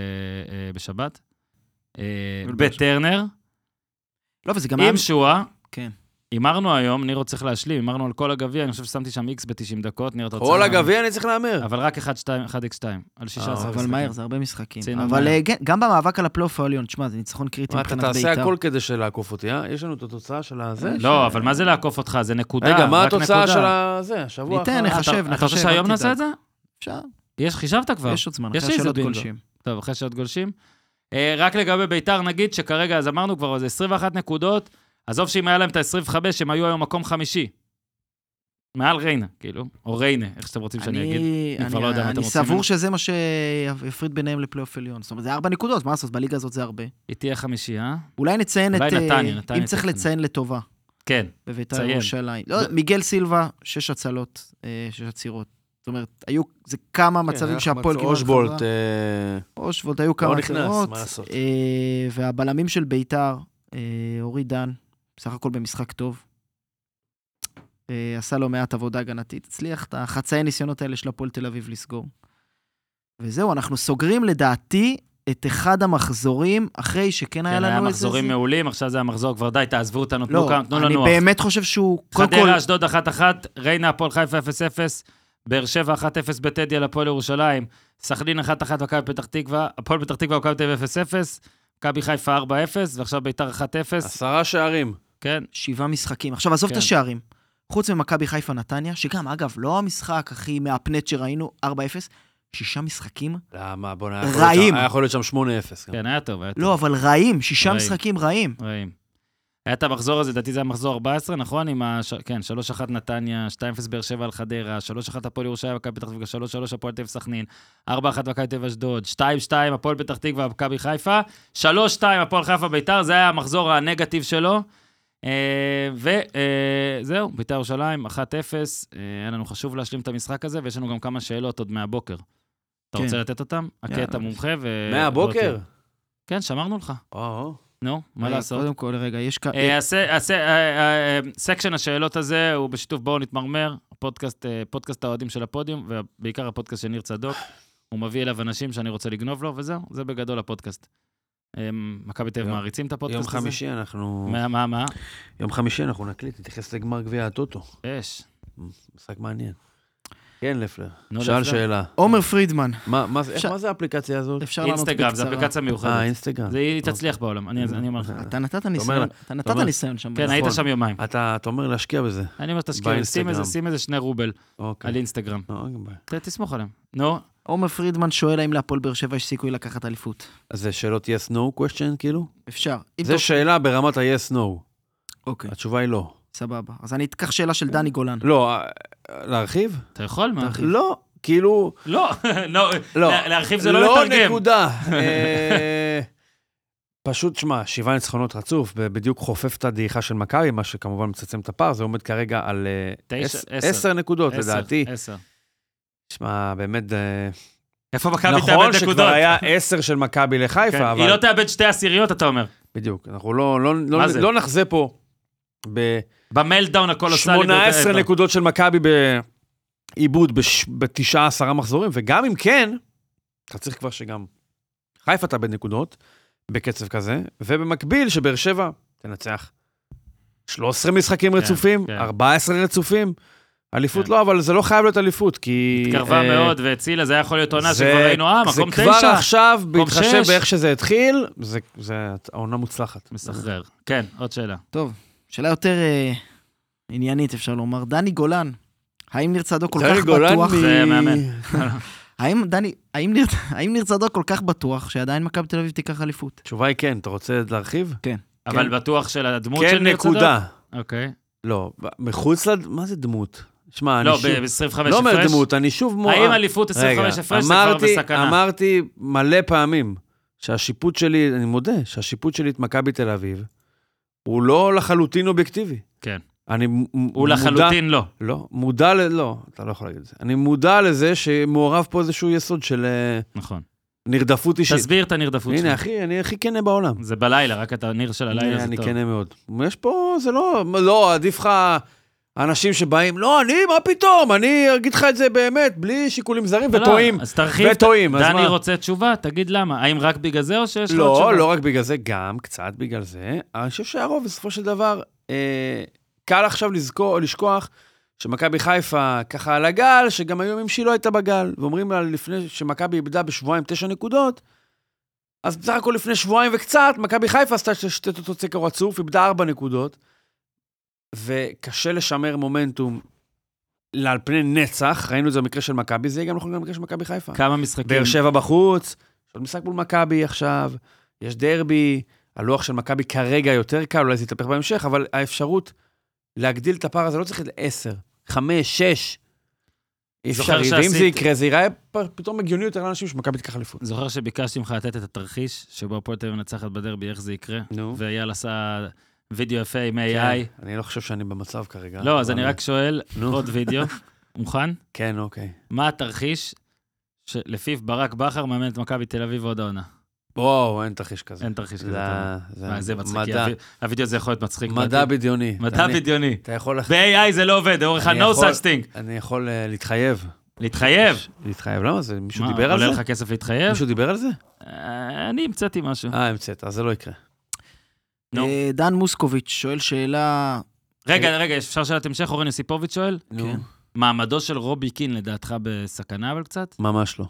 בשבת. בטרנר.
לא, וזה גם...
עם שואה.
כן.
אמרנו היום, ניר צריך להשלים, אמרנו על כל הגביע, אני חושב ששמתי שם איקס ב-תשעים דקות, ניר תוצאה.
כל הגביע אני צריך לאמר.
אבל רק אחד אקס שתיים, על שישה עשר.
אבל מהר, זה הרבה משחקים. אבל גם במאבק על הפלייאוף העליון, תשמע, זה ניצחון קריטי מבחינת ביתר.
אתה תעשה הכל כדי לעקוף אותי, אה? יש לנו את התוצאה של הזה?
לא, אבל מה זה לעקוף אותך? זה נקודה.
רגע, מה התוצאה של הזה? השבוע
ניתן, נחשב,
אתה חושב שהיום נעשה את זה?
אפשר.
יש, חישבת כבר?
יש עוד זמן, אחרי שאלות גולשים.
טוב, אחרי שאלות גולשים. רק לגבי ביתר, נגיד שכרגע, אז אמרנו כבר, זה עשרים ואחת נקודות, עזוב שאם היה להם את ה-עשרים וחמש, הם היו היום מקום חמישי. מעל ריינה, כאילו, או ריינה, איך שאתם רוצים שאני אגיד.
אני, אני, אני, אני סבור שזה מה שיפריד ביניהם לפלייאוף עליון. זאת אומרת, זה ארבע נקודות, מה לעשות? בליגה הזאת זה הרבה.
היא תהיה חמישי, אה?
אולי נציין
אולי
את...
נתניה, נתניה
אם צריך לציין לטובה.
כן,
בביתר ירושלים. לא, מיגל סילבה, שש הצלות, שש עצירות. זאת אומרת, היו, זה כמה מצבים שהפועל כמעט
אושבולט.
אושבולט, היו כמה הצלות. והבלמים של ביתר, אורי דן, בסך הכל במשחק טוב. עשה לו מעט עבודה הגנתית, הצליח את החצאי ניסיונות האלה של הפועל תל אביב לסגור. וזהו, אנחנו סוגרים לדעתי את אחד המחזורים, אחרי שכן היה לנו איזה... כן, היה
מחזורים מעולים, עכשיו זה המחזור, כבר די, תעזבו אותנו, תנו
לא,
לנו
אני
נוח.
באמת חושב שהוא...
חדרה, אשדוד אחת אחת, ריינה, הפועל חיפה אפס אפס, באר שבע אחת אפס בטדי על הפועל ירושלים, סכנין אחת אחת, מכבי פתח תקווה, הפועל פתח תקווה מכבי תל אביב אפס אפס, מכבי חיפה ארבע אפס, ועכשיו ביתר אחת אפס.
עשרה שערים.
כן.
שבעה משחקים. עכשיו, עזוב כן. את השערים. חוץ ממכבי חיפה נתניה, שגם, אגב, לא המשחק הכי מהפנט שראינו, ארבע אפס, שישה משחקים
למה? בוא נהיה
רעים.
היה יכול להיות שם שמונה אפס.
כן, היה טוב, היה טוב.
לא, אבל רעים, שישה משחקים רעים.
רעים. היה את המחזור הזה, דעתי זה המחזור ארבע עשרה, נכון? עם ה... כן, שלוש אחת נתניה, שתיים אפס באר שבע על חדרה, שלוש אחת הפועל ירושלים, מכבי פתח תקווה, שלוש שלוש הפועל תל אביב סכנין, ארבע אחת מכבי תל אביב אשדוד, שתיים שתיים הפועל פתח תקווה, מכבי חיפה, שלוש שתיים הפועל חיפה ביתר, זה היה המחזור הנגטיב שלו. וזהו, ביתר ירושלים, אחת אפס, היה לנו חשוב להשלים את המשחק הזה, ויש לנו גם כמה שאלות עוד מהבוקר. אתה רוצה לתת אותם? הקטע מומחה ו...
מהבוקר?
כן, שמרנו לך. נו, מה לעשות?
קודם כל, רגע, יש...
סקשן השאלות הזה הוא בשיתוף בואו נתמרמר, פודקאסט האוהדים של הפודיום, ובעיקר הפודקאסט של ניר צדוק, הוא מביא אליו אנשים שאני רוצה לגנוב לו, וזהו, זה בגדול הפודקאסט. מכבי תל אביב מעריצים את הפודקאסט הזה?
יום חמישי אנחנו...
מה, מה, מה?
יום חמישי אנחנו נקליט, נתייחס לגמר גביע הטוטו.
יש.
משחק מעניין. כן, לפלר. שאל שאלה.
עומר פרידמן.
מה זה האפליקציה הזאת?
אינסטגרם, זה אפליקציה מיוחדת.
אה, אינסטגרם.
זה תצליח בעולם, אני אומר לך.
אתה נתת ניסיון, אתה נתת ניסיון שם.
כן, היית שם יומיים.
אתה אומר להשקיע בזה.
אני אומר, תשקיע, שים איזה שני רובל על אינסטגרם. תסמוך עליהם. נו.
עומר פרידמן שואל האם להפועל באר שבע יש סיכוי לקחת אליפות.
אז זה שאלות yes-no question כאילו?
אפשר.
זה שאלה ברמת ה-yes-no.
אוקיי.
התשובה היא לא.
סבבה. אז אני אתקח שאלה של דני גולן.
לא, להרחיב?
אתה יכול, מה?
לא, כאילו...
לא, להרחיב זה לא לתרגם.
לא, נקודה. פשוט, שמה, שבעה ניצחונות רצוף, ובדיוק חופף את הדעיכה של מכבי, מה שכמובן מצמצם את הפער, זה עומד כרגע על עשר נקודות, לדעתי.
עשר.
שמע, באמת...
איפה מכבי תאבד
נכון
נקודות?
שכבר היה עשר של מכבי לחיפה, אבל...
היא לא תאבד שתי עשיריות, אתה אומר.
בדיוק, אנחנו לא נחזה פה
במלדאון הקולוסלי.
שמונה עשרה נקודות של מכבי עיבוד בש... בתשעה עשרה מחזורים, וגם אם כן, אתה צריך כבר שגם חיפה תאבד נקודות בקצב כזה, ובמקביל שבאר שבע תנצח שלושה עשר משחקים רצופים,
כן.
ארבעה עשר רצופים, אליפות
כן.
לא, אבל זה לא חייב להיות אליפות, כי...
התקרבה
אה,
מאוד והצילה, זה יכול להיות עונה
זה-
שכבר ראינו, אה, מקום תשע.
זה כבר עכשיו,
מקום
בהתחשב
שש.
באיך שזה התחיל, זה, זה העונה מוצלחת.
מסחרר. כן, עוד שאלה.
טוב, שאלה יותר אה, עניינית, אפשר לומר. דני גולן, האם ניר צדוק כל
דני
כך
גולן
בטוח...
מ-
זה מאמן.
האם, דני, האם ניר, האם ניר צדוק כל כך בטוח שעדיין מכבי תל אביב תיקח אליפות?
התשובה היא כן, אתה רוצה להרחיב?
אבל בטוח של הדמות של
כן,
ניר צדוק?
נקודה.
אוקיי.
לא, מחוץ לד... מה זה דמות? שמע, אני
לא,
שוב...
ב-עשרים וחמש
לא אומר
הפרש?
דמות, אני שוב... מו-
האם אליפות עשרים וחמש הפרש זה כבר
אמרתי,
בסכנה?
אמרתי מלא פעמים שהשיפוט שלי, אני מודה, שהשיפוט שלי את מכבי תל אביב, הוא לא לחלוטין אובייקטיבי.
כן.
אני מ-
הוא
מודע-
לחלוטין לא.
לא, מודע ל... לא, אתה לא יכול להגיד את זה. אני מודע לזה שמעורב פה איזשהו יסוד של אה,
נכון.
נרדפות אישית.
תסביר את הנרדפות
הנה,
שלך.
אחי, אני הכי כנה בעולם.
זה בלילה, רק את הניר של הלילה
אני
זה
אני
טוב.
כנה מאוד. יש פה, זה לא, לא, עדיף לך אנשים שבאים, לא, אני, מה פתאום, אני אגיד לך את זה באמת, בלי שיקולים זרים,
לא,
וטועים,
אז תרחיב.
וטועים, אז
דני
מה?
רוצה תשובה, תגיד למה. האם רק בגלל זה או שיש לו עוד תשובה?
לא, לא רק בגלל זה, גם קצת בגלל זה. אני חושב שהרוב, בסופו של דבר, אה, קל עכשיו לזכור, לשכוח, שמכבי חיפה ככה על הגל, שגם היום אם שהיא לא הייתה בגל, ואומרים לה לפני שמכבי איבדה בשבועיים תשע נקודות, אז בסך הכל לפני שבועיים וקצת, מכבי חיפה עשתה שתי תוצאות סקר רצוף, איבדה ארבע נקודות, וקשה לשמר מומנטום על פני נצח, ראינו את זה במקרה של מכבי, זה יהיה גם נכון גם במקרה של מכבי חיפה.
כמה משחקים?
באר שבע בחוץ, יש עוד משחק מול מכבי עכשיו, יש דרבי, הלוח של מכבי כרגע יותר קל, אולי זה יתהפך בהמשך, אבל האפשרות להגדיל את הפער הזה לא צריך לעשר, חמש, שש.
זוכר
אפשרי, ואם
שעשית-
זה יקרה, זה ייראה פ- פתאום הגיוני יותר לאנשים שמכבי תיקח אליפות.
זוכר שביקשתי ממך לתת את התרחיש, שבו הפועל תל אביב מנצחת בדרבי, איך זה יקרה?
נו.
ואייל עשה וידאו יפה עם איי
כן,
איי.
אני לא חושב שאני במצב כרגע.
לא, אז
אבל-
אני רק שואל,
נו.
עוד וידאו, מוכן?
כן, אוקיי.
מה התרחיש שלפיו ברק בכר מאמן את מכבי תל אביב עוד העונה?
וואו, אין תרחיש כזה.
אין תרחיש כזה.
זה-
טוב.
זה
מה, זה מצחיק, כי
מדע-
הווי- הוידאו הזה יכול להיות מצחיק.
מדע בדיוני.
מדע
אני-
בדיוני.
אתה יכול... לח-
ב-איי איי זה לא עובד, אורך
אני
ה-no
יכול-
such thing.
אני יכול אה, להתחייב.
להתחייב.
להתחייב, למה זה? מישהו
מה,
דיבר על
עולה
זה?
לך כסף להתחייב?
מישהו דיבר על זה?
אה, אני המצאתי משהו.
אה, המצאת, אז זה לא יקרה.
נו.
אה, דן מוסקוביץ' שואל שאלה...
רגע, רגע, אפשר שאלת המשך? אורן יוסיפוביץ' שואל?
נו,
כן.
מעמדו של רובי קין לדעתך בסכנה אבל קצת?
ממש לא.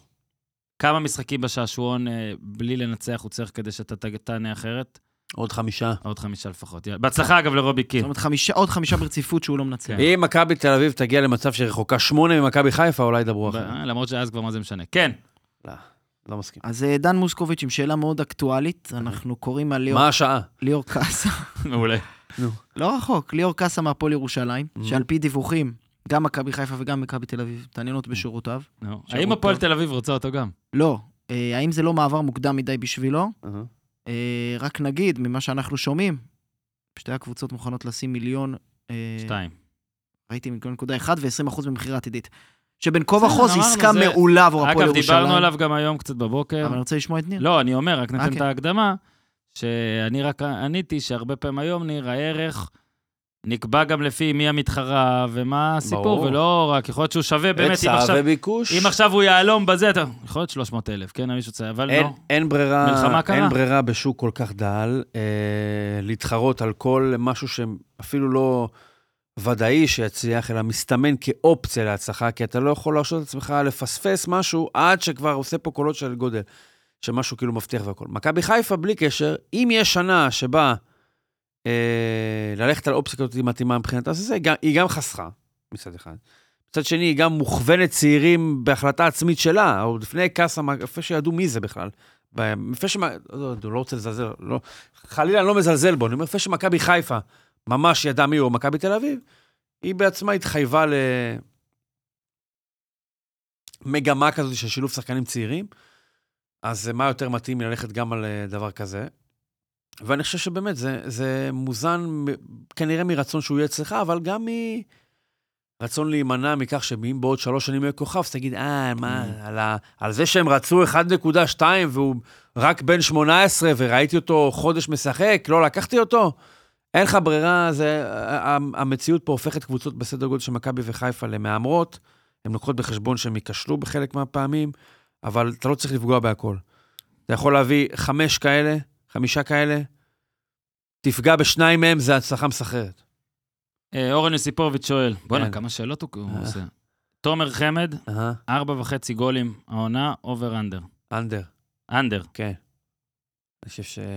כמה משחקים בשעשועון אה, בלי לנצח הוא צריך כדי שאתה ת- תענה אחרת?
עוד חמישה.
עוד חמישה לפחות. יאללה. בהצלחה אגב לרובי
זאת
קין.
אומרת, חמישה- עוד חמישה ברציפות שהוא לא מנצח.
כן.
אם מכבי תל אביב תגיע למצב שרחוקה שמונה ממכבי חיפה, אולי ידברו אחרת.
ב- למרות שאז כבר מה זה משנה. כן.
לא, לא מסכים.
אז אה, דן מוסקוביץ' עם שאלה מאוד אקטואלית, אנחנו קוראים על ליאור-
מה השעה?
ליאור קאסה,
מעולה.
לא רחוק, ליאור קאסה מהפועל ירושלים,
Mhm.
שעל פי דיווחים, גם מכבי חיפה וגם מכבי תל אביב, מתעניינות בשורותיו.
נו.
שירות
האם הפועל
טוב.
תל אביב רוצה אותו גם?
לא, אה, האם זה לא מעבר מוקדם מדי בשבילו?
אהה.
אה, רק נגיד, ממה שאנחנו שומעים, שתי הקבוצות מוכנות לשים מיליון, אה,
שתיים.
ראיתי מיליון נקודה אחד ו-עשרים אחוז במחיר עתידית. שבין כה
בסדר,
וכה זו
אמרנו,
עסקה
זה-
מעולה עבור הפועל
אגב,
ירושלים.
דיברנו עליו גם היום קצת בבוקר.
אבל אני רוצה לשמוע את ניר.
לא, אני אומר, רק ניתן
אוקיי.
את ההקדמה, שאני רק עניתי שהרבה פעמים היום ניר, הערך נקבע גם לפי מי המתחרה ומה הסיפור,
ברור.
ולא רק, יכול להיות שהוא שווה באמת, אם
היצע
עכשיו,
וביקוש.
אם עכשיו הוא יעלום בזה, אתה, יכול להיות שלוש מאות אלף, כן, מישהו צריך, אבל
אין,
לא.
אין ברירה,
מלחמה קרה.
אין ברירה בשוק כל כך דל, אה, להתחרות על כל משהו שאפילו לא ודאי שיצליח, אלא מסתמן כאופציה להצלחה, כי אתה לא יכול להרשות את עצמך לפספס משהו עד שכבר עושה פה קולות של גודל, שמשהו כאילו מבטיח והכל. מכבי חיפה בלי קשר, אם יש שנה שבה אה, ללכת על אופציה כזאת מתאימה מבחינת הזה, היא גם, היא גם חסכה, מצד אחד. מצד שני, היא גם מוכוונת צעירים בהחלטה עצמית שלה, או לפני קאסה, לפני שידעו מי זה בכלל. לפני שמה, לא, לא רוצה לזלזל, לא, חלילה אני לא מזלזל בו, אני אומר, לפני שמכבי חיפה ממש ידע מי הוא מכבי תל אביב, היא בעצמה התחייבה למגמה כזאת של שילוב שחקנים צעירים, אז מה יותר מתאים מללכת גם על דבר כזה? ואני חושב שבאמת זה, זה מוזן כנראה מרצון שהוא יהיה אצלך, אבל גם מרצון להימנע מכך שאם בעוד שלוש שנים יהיה כוכב, אז תגיד, אה, מה, על, ה, על זה שהם רצו אחת נקודה שתיים והוא רק בן שמונה עשרה וראיתי אותו חודש משחק, לא לקחתי אותו, אין לך ברירה, זה, המציאות פה הופכת קבוצות בסדר גודל של מכבי וחיפה למאמרות, הן לוקחות בחשבון שהם ייכשלו בחלק מהפעמים, אבל אתה לא צריך לפגוע בהכל. אתה יכול להביא חמש כאלה, חמישה כאלה, תפגע בשניים מהם, זה הצלחה מסחררת.
אורן יוסיפוביץ' שואל, בוא'נה, כמה שאלות הוא עושה. תומר חמד, ארבע וחצי גולים, העונה, אובר אנדר.
אנדר.
אנדר.
כן. אני חושב ש...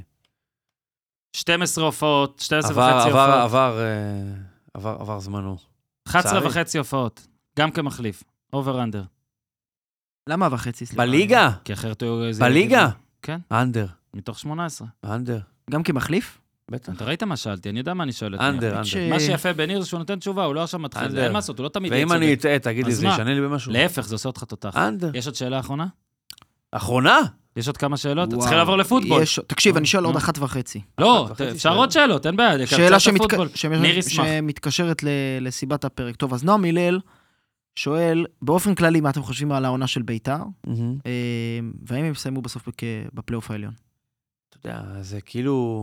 שתים עשרה הופעות, שתים עשרה
עבר,
וחצי
עבר,
הופעות.
עבר, עבר, עבר זמנו.
אחת עשרה וחצי הופעות, גם כמחליף, אובר אנדר.
למה וחצי? סליחה?
בליגה?
כי אחרת הוא...
בליגה?
כן.
אנדר.
מתוך שמונה עשרה.
אנדר.
גם כמחליף?
בטח.
אתה ראית מה שאלתי, אני יודע מה אני שואל את
אנדר,
מי.
אנדר.
מה שיפה בניר זה שהוא נותן תשובה, הוא לא עכשיו מתחיל, זה אין מה לעשות, הוא לא תמיד
ואם אני אטעה, תגיד לי, זה ישנה לי במשהו.
להפך, זה עושה אותך תותח.
אנדר.
יש עוד שאלה אחרונה?
אחרונה?
יש עוד כמה שאלות? צריך לעבור לפוטבול.
תקשיב, אני שואל עוד אחת וחצי.
לא, אפשר עוד שאלות, אין בעיה.
שאלה שמתקשרת לסיבת הפרק. טוב, אז נועם הלל שואל, באופן כללי, מה אתם חושבים על העונה של ביתר, והאם הם יסיימו בסוף בפלייאוף העליון?
אתה יודע, זה כאילו...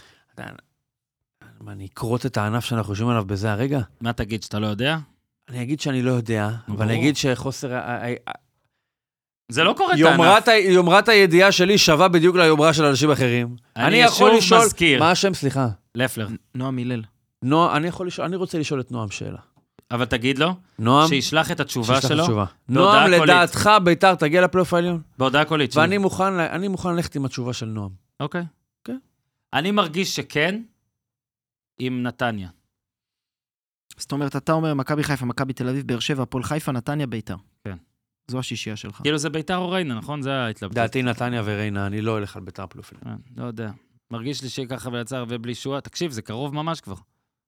מה, אני אקרוט את הענף שאנחנו חושבים עליו בזה הרגע?
מה תגיד, שאתה לא יודע?
אני אגיד שאני לא יודע, אבל אני אגיד שחוסר...
זה לא קורה את הענף.
יומרת הידיעה שלי שווה בדיוק ליומרה של אנשים אחרים.
אני יכול לשאול...
מה השם, סליחה?
לפלר.
נועם הלל.
אני רוצה לשאול את נועם שאלה.
אבל תגיד לו, שישלח את התשובה שלו.
נועם, לדעתך ביתר תגיע לפלייאוף העליון?
בהודעה קולית.
ואני מוכן ללכת עם התשובה של נועם.
אוקיי.
כן.
אני מרגיש שכן, עם נתניה.
זאת אומרת, אתה אומר, מכבי חיפה, מכבי תל אביב, באר שבע, הפועל חיפה, נתניה, ביתר.
כן.
זו השישייה שלך.
כאילו זה ביתר או ריינה, נכון? זה ההתלבטות.
דעתי נתניה וריינה, אני לא הולך על ביתר פלייאוף העליון.
לא יודע. מרגיש לי שככה ויצר ובלי שועה. תקשיב, זה קרוב ממש כבר.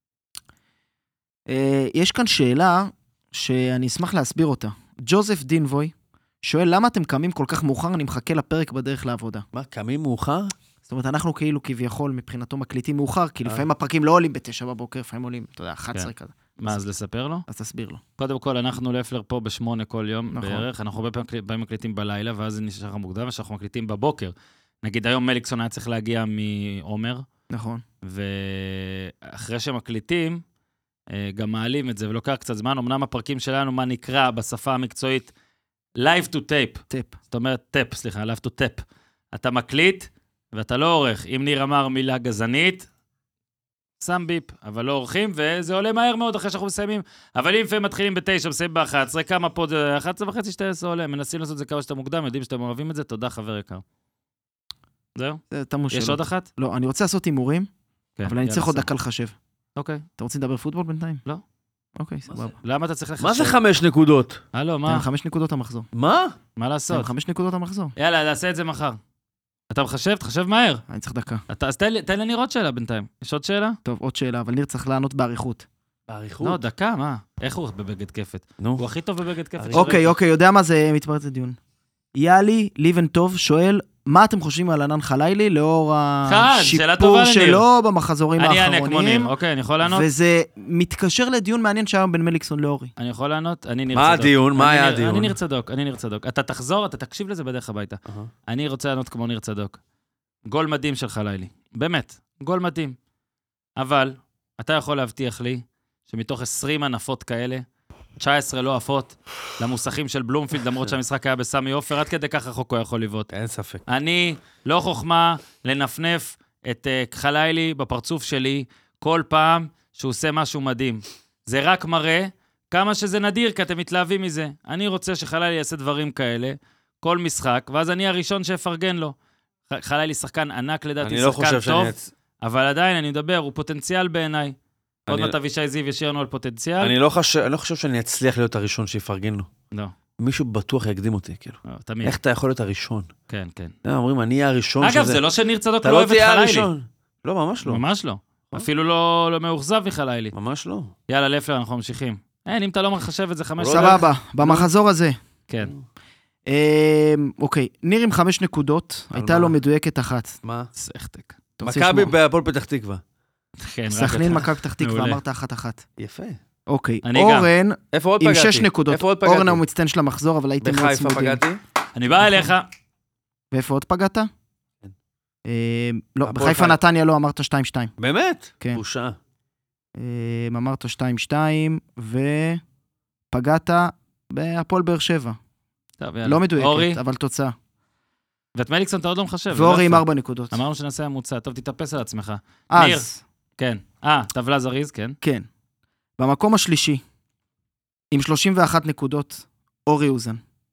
יש כאן שאלה שאני אשמח להסביר אותה. ג'וזף דינבוי שואל, למה אתם קמים כל כך מאוחר? אני מחכה לפרק בדרך לעבודה.
מה, קמים מאוחר?
זאת אומרת, אנחנו כאילו כביכול מבחינתו מקליטים מאוחר, כי לפעמים הפרקים לא עולים בתשע בבוקר, לפעמים עולים, אתה יודע, אחת עשרה כזה.
מה, אז לספר לו?
אז תסביר לו.
קודם כל, אנחנו לפלר פה בשמונה כל יום בערך, אנחנו הרבה פעמים מקליטים בלילה, ואז זה נשאר מוקדם, ושאנחנו מקליטים בבוקר. נגיד, היום מליקסון היה צריך להגיע מעומר.
נכון.
ואחרי שמקליטים, גם מעלים את זה, ולוקח קצת זמן, אמנם הפרקים שלנו, מה נקרא בשפה המקצועית, live to tape.
tape.
זאת אומרת, tape, סליחה, live to tape. אתה מקליט, ואתה לא עורך. אם ניר אמר מילה גזענית, שם ביפ, אבל לא עורכים, וזה עולה מהר מאוד אחרי שאנחנו מסיימים. אבל אם לפעמים מתחילים בתשע, מסיימים ב-אחת עשרה, כמה פה זה אחת עשרה וחצי, שתים עשרה עולה. מנסים לעשות את זה כמה שאתה מוקדם, יודעים שאתם אוהבים את זה, תודה חבר יקר. זהו? יש עוד אחת?
לא, אני רוצה לעשות הימורים, אבל אני צריך עוד דקה לחשב.
אוקיי.
אתה רוצה לדבר פוטבול בינתיים?
לא.
אוקיי, סבבה.
למה אתה צריך לחשב?
מה זה חמש נקודות?
הלו, מה?
חמש נקודות המחזור.
מה?
מה לעשות?
חמש נקודות המחזור.
יאללה, נעשה את זה מחר. אתה מחשב? תחשב מהר.
אני צריך דקה.
אז תן לי עוד שאלה בינתיים. יש עוד שאלה?
טוב, עוד שאלה, אבל ניר צריך לענות בעריכות.
בעריכות?
לא, דקה, מה? איך הוא בבגד כפת? הוא הכי טוב בבגד כפת.
אוקיי, אוקיי, יודע מה זה מתפרץ לדיון. יאלי ליבן טוב שואל, מה אתם חושבים על ענן חלילי לאור השיפור שלו במחזורים האחרונים?
אני אענה כמו ניר, אוקיי, אני יכול לענות?
וזה מתקשר לדיון מעניין שהיה בין מליקסון לאורי.
אני יכול לענות? אני ניר
צדוק. מה הדיון? מה היה הדיון?
אני ניר צדוק, אני ניר צדוק. אתה תחזור, אתה תקשיב לזה בדרך הביתה. אני רוצה לענות כמו ניר צדוק. גול מדהים של חלילי. באמת, גול מדהים. אבל אתה יכול להבטיח לי שמתוך עשרים ענפות כאלה, תשע עשרה לא עפות למוסכים של בלומפילד, למרות שהמשחק היה בסמי עופר, עד כדי כך רחוק הוא יכול לבעוט.
אין ספק.
אני לא חוכמה לנפנף את uh, חלילי בפרצוף שלי כל פעם שהוא עושה משהו מדהים. זה רק מראה כמה שזה נדיר, כי אתם מתלהבים מזה. אני רוצה שחלילי יעשה דברים כאלה, כל משחק, ואז אני הראשון שאפרגן לו. חלילי שחקן ענק לדעתי, שחקן טוב, אבל עדיין אני מדבר, הוא פוטנציאל בעיניי. עוד מעט אבישי זיו ישיר לנו על פוטנציאל.
אני לא חושב, אני לא חושב שאני אצליח להיות הראשון שיפרגן לו.
לא.
מישהו בטוח יקדים אותי, כאילו.
לא, תמיד.
איך אתה יכול להיות הראשון?
כן, כן.
אומרים, אני אהיה הראשון שזה...
אגב, זה לא שניר צדוק לא אוהב את חלילי.
לא, ממש לא.
ממש לא. אפילו לא מאוכזב מחלילי.
ממש לא.
יאללה, לפלר, אנחנו ממשיכים. אין, אם אתה לא מחשב את זה חמש...
סבבה, במחזור הזה.
כן.
אוקיי, ניר עם חמש נקודות, הייתה לו מדויקת אחת.
מה?
סחטק.
מכבי בהפועל פתח תקווה.
סכנין מכבי פתח תקווה, אמרת אחת אחת.
יפה.
אוקיי, אורן, עם שש נקודות.
איפה עוד פגעתי?
אורן הוא מצטיין של המחזור, אבל הייתם מאוד צמודים.
בחיפה פגעתי?
אני בא אליך.
ואיפה עוד פגעת? לא, בחיפה נתניה לא, אמרת שתיים שתיים.
באמת?
כן.
בושה.
אמרת שתיים שתיים, ו... פגעת בהפועל באר שבע. לא מדויקת, אבל תוצאה.
ואת מליקסון אתה עוד לא מחשב.
ואורי עם ארבע נקודות.
אמרנו שנעשה המוצא, טוב, תתאפס על עצמך.
אז.
ניר, כן. אה, טבלה זריז, כן.
כן. במקום השלישי, עם שלושים ואחת נקודות, אורי אוזן.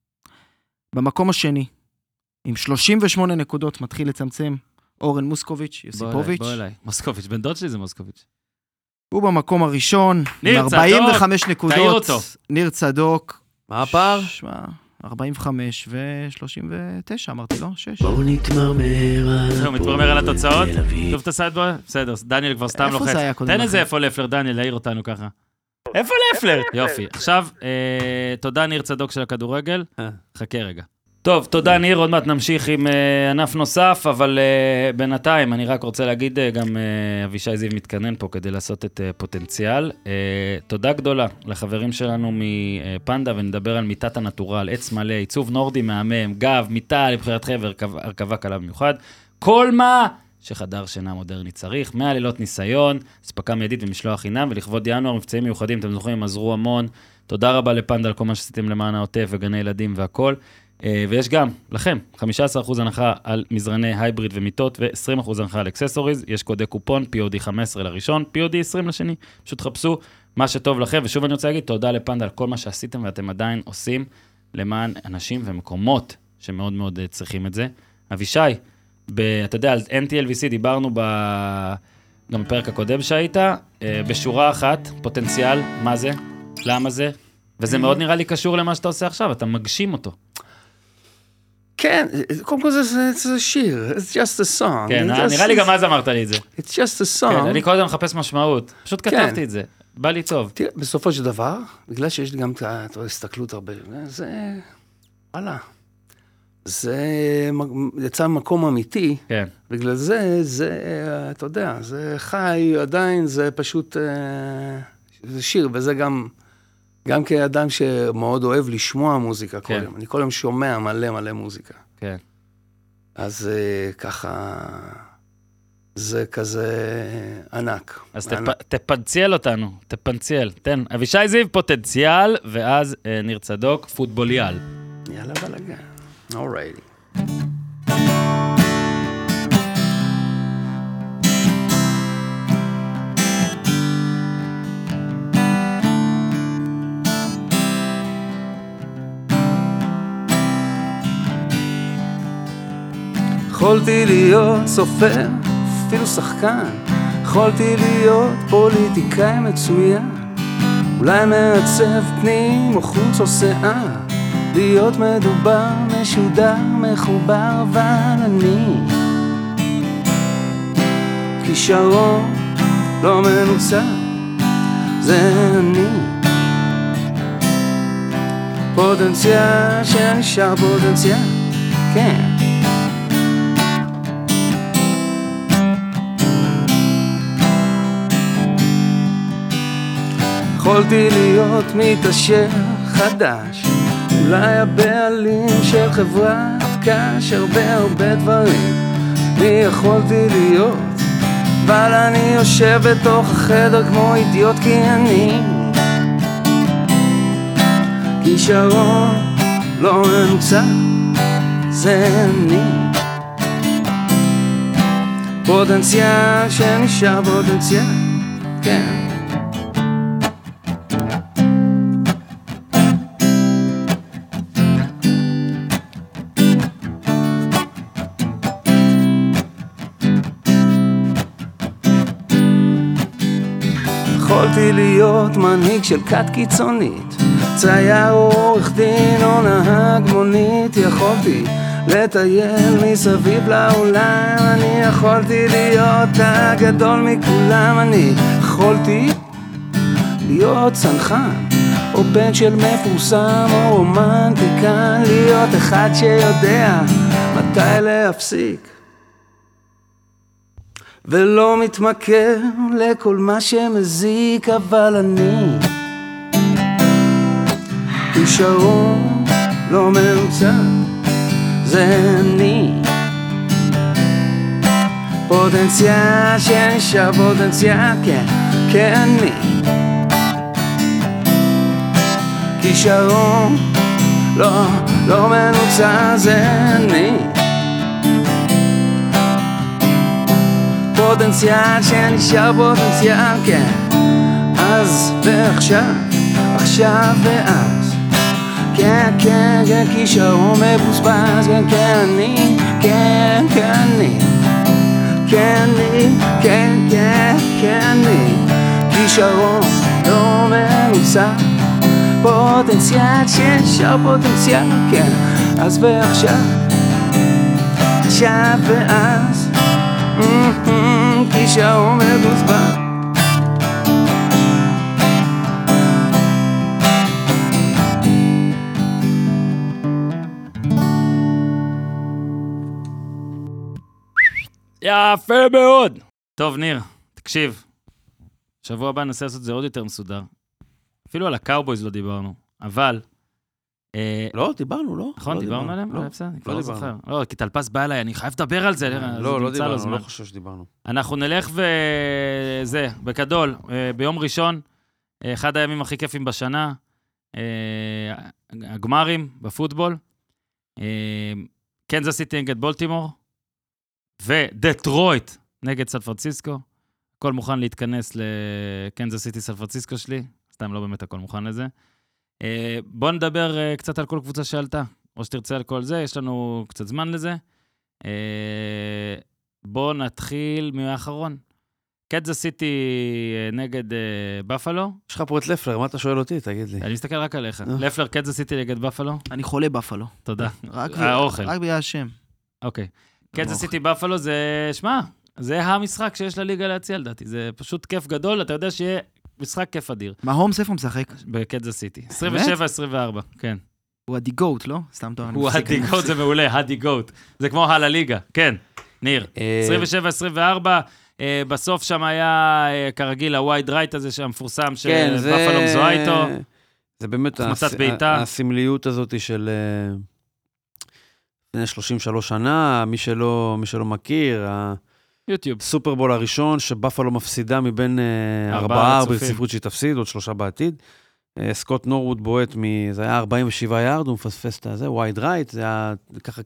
במקום השני, עם שלושים ושמונה נקודות, מתחיל לצמצם, אורן מוסקוביץ', יוסיפוביץ'.
בוא אליי, מוסקוביץ', בן דוד שלי זה מוסקוביץ'.
הוא במקום הראשון, עם ארבעים וחמש נקודות. ניר צדוק.
מה הפער?
ארבעים וחמש ו-שלושים ותשע, אמרתי לו, שש.
בואו נתמרמר.
זהו, מתמרמר על התוצאות. טוב, תעשה את בו? בסדר, דניאל כבר סתם לוחץ. תן איזה איפה לפלר, דניאל, להעיר אותנו ככה. איפה לפלר? יופי. עכשיו, תודה ניר צדוק של הכדורגל. חכה רגע. טוב, תודה ניר, עוד מעט נמשיך עם ענף נוסף, אבל בינתיים אני רק רוצה להגיד, גם אבישי זיו מתכנן פה כדי לעשות את פוטנציאל. תודה גדולה לחברים שלנו מפנדה, ונדבר על מיטת הנטורל, עץ מלא, עיצוב נורדי מהמם, גב, מיטה לבחירת חבר, הרכבה קלה במיוחד. כל מה שחדר שינה מודרני צריך, מאה לילות ניסיון, ספקה מיידית ומשלוח חינם, ולכבוד ינואר מבצעים מיוחדים, אתם זוכרים, עזרו המון. תודה רבה לפנדה על כל מה שעשיתם למען העוטף וגני ילדים והכל. ויש גם לכם חמישה עשר אחוז הנחה על מזרני הייבריד ומיטות ו-עשרים אחוז הנחה על אקססוריז. יש קודי קופון פי או די חמש עשרה לראשון, פי או די עשרים לשני. פשוט חפשו מה שטוב לכם. ושוב אני רוצה להגיד תודה לפנדה על כל מה שעשיתם ואתם עדיין עושים למען אנשים ומקומות שמאוד מאוד צריכים את זה. אבישי, ב, אתה יודע, על אן טי אל וי סי דיברנו ב... גם בפרק הקודם שהיית, בשורה אחת, פוטנציאל, מה זה? למה זה? וזה מאוד נראה לי קשור למה שאתה עושה עכשיו, אתה מגשים אותו.
כן, קודם כל זה שיר, it's just a song.
כן, נראה לי גם אז אמרת לי את זה.
It's just a song.
כן, אני כל הזמן מחפש משמעות, פשוט כתבתי את זה, בא לי טוב.
תראה, בסופו של דבר, בגלל שיש לי גם את ההסתכלות הרבה, זה, וואלה, זה יצא מקום אמיתי,
כן.
בגלל זה, זה, אתה יודע, זה חי, עדיין זה פשוט, זה שיר, וזה גם... גם כאדם שמאוד אוהב לשמוע מוזיקה כל יום. אני כל יום שומע מלא מלא מוזיקה.
כן.
אז ככה, זה כזה ענק.
אז תפנציאל אותנו, תפנציאל. תן, אבישי זיו פוטנציאל, ואז ניר צדוק, פוטבוליאל.
יאללה בלגן. אורייטי. יכולתי להיות סופר, אפילו שחקן, יכולתי להיות פוליטיקאי מצוין, אולי מעצב פנים או חוץ או שיער, להיות מדובר, משודר, מחובר, אבל אני כישרון לא מנוצר, זה אני פוטנציאל שנשאר פוטנציאל, כן. יכולתי להיות מתעשר חדש, אולי הבעלים של חברת קש, הרבה הרבה דברים מי יכולתי להיות, אבל אני יושב בתוך החדר כמו אידיוט, כי אני כישרון לא מנוצר, זה אני פוטנציאל שנשאר פוטנציאל, כן. יכולתי להיות מנהיג של כת קיצונית, צייר או עורך דין או נהג מונית, יכולתי לטייל מסביב לעולם, אני יכולתי להיות הגדול מכולם, אני יכולתי להיות צנחן או בן של מפורסם או רומנטיקן, להיות אחד שיודע מתי להפסיק ולא מתמכר לכל מה שמזיק, אבל אני כישרון לא מנוצר, זה אני פוטנציאל שנשאר פוטנציאל, כן, כן אני כישרון לא, לא מנוצל זה אני פוטנציאל שנשאר פוטנציאל, כן אז ועכשיו, עכשיו ואז כן, כן, כן, כישרון מבוזבז כן, כן, אני, כן, כן, אני כן, אני, כן, כן, כן, אני כישרון לא מנוצל פוטנציאל שנשאר פוטנציאל, כן אז ועכשיו, עכשיו ואז כישרון מבוזבז
יפה מאוד. טוב, ניר, תקשיב. שבוע הבא ננסה לעשות את זה עוד יותר מסודר. אפילו על הקאובויז לא דיברנו, אבל...
לא, דיברנו, לא?
נכון, דיברנו עליהם?
לא,
לא זוכר. לא, כי טלפס בא אליי, אני חייב לדבר על זה.
לא, לא דיברנו, לא חושב שדיברנו.
אנחנו נלך וזה, בגדול, ביום ראשון, אחד הימים הכי כיפים בשנה, הגמרים בפוטבול, קנזס סיטי נגד בולטימור, ודטרויט נגד סן פרנסיסקו. הכל מוכן להתכנס לקנזס סיטי סן פרנסיסקו שלי, סתם לא באמת הכל מוכן לזה. בואו נדבר קצת על כל קבוצה שעלתה, או שתרצה על כל זה, יש לנו קצת זמן לזה. בואו נתחיל מהאחרון. קנזס סיטי נגד בפלו.
יש לך פה את לפלר, מה אתה שואל אותי? תגיד לי.
אני מסתכל רק עליך. לפלר, קנזס סיטי נגד בפלו.
אני חולה בפלו.
תודה.
האוכל. רק בגלל השם.
אוקיי. קנזס סיטי בפלו זה, שמע, זה המשחק שיש לליגה להציע לדעתי. זה פשוט כיף גדול, אתה יודע שיהיה משחק כיף אדיר.
מה הומס איפה משחק?
בקנזס סיטי. עשרים ושבע עשרים וארבע, כן.
הוא הדיגוט, לא? סתם טוב.
הוא הדיגוט, זה מעולה, הדיגוט. זה כמו הלליגה, כן. ניר. עשרים ושבע עשרים וארבע, בסוף שם היה כרגיל הווייד רייט הזה שהמפורסם שבפלו מזוהה איתו.
זה באמת הסמליות הזאת של שלושים ושלוש שנה, מי שלא מכיר,
יוטיוב.
סופרבול הראשון שבפלו מפסידה מבין ארבעה ברציפות שהיא תפסיד, עוד שלושה בעתיד. סקוט נורווד בועט, זה היה ארבעים ושבעה יארד, הוא מפספס את זה, ווייד רייט, זה היה,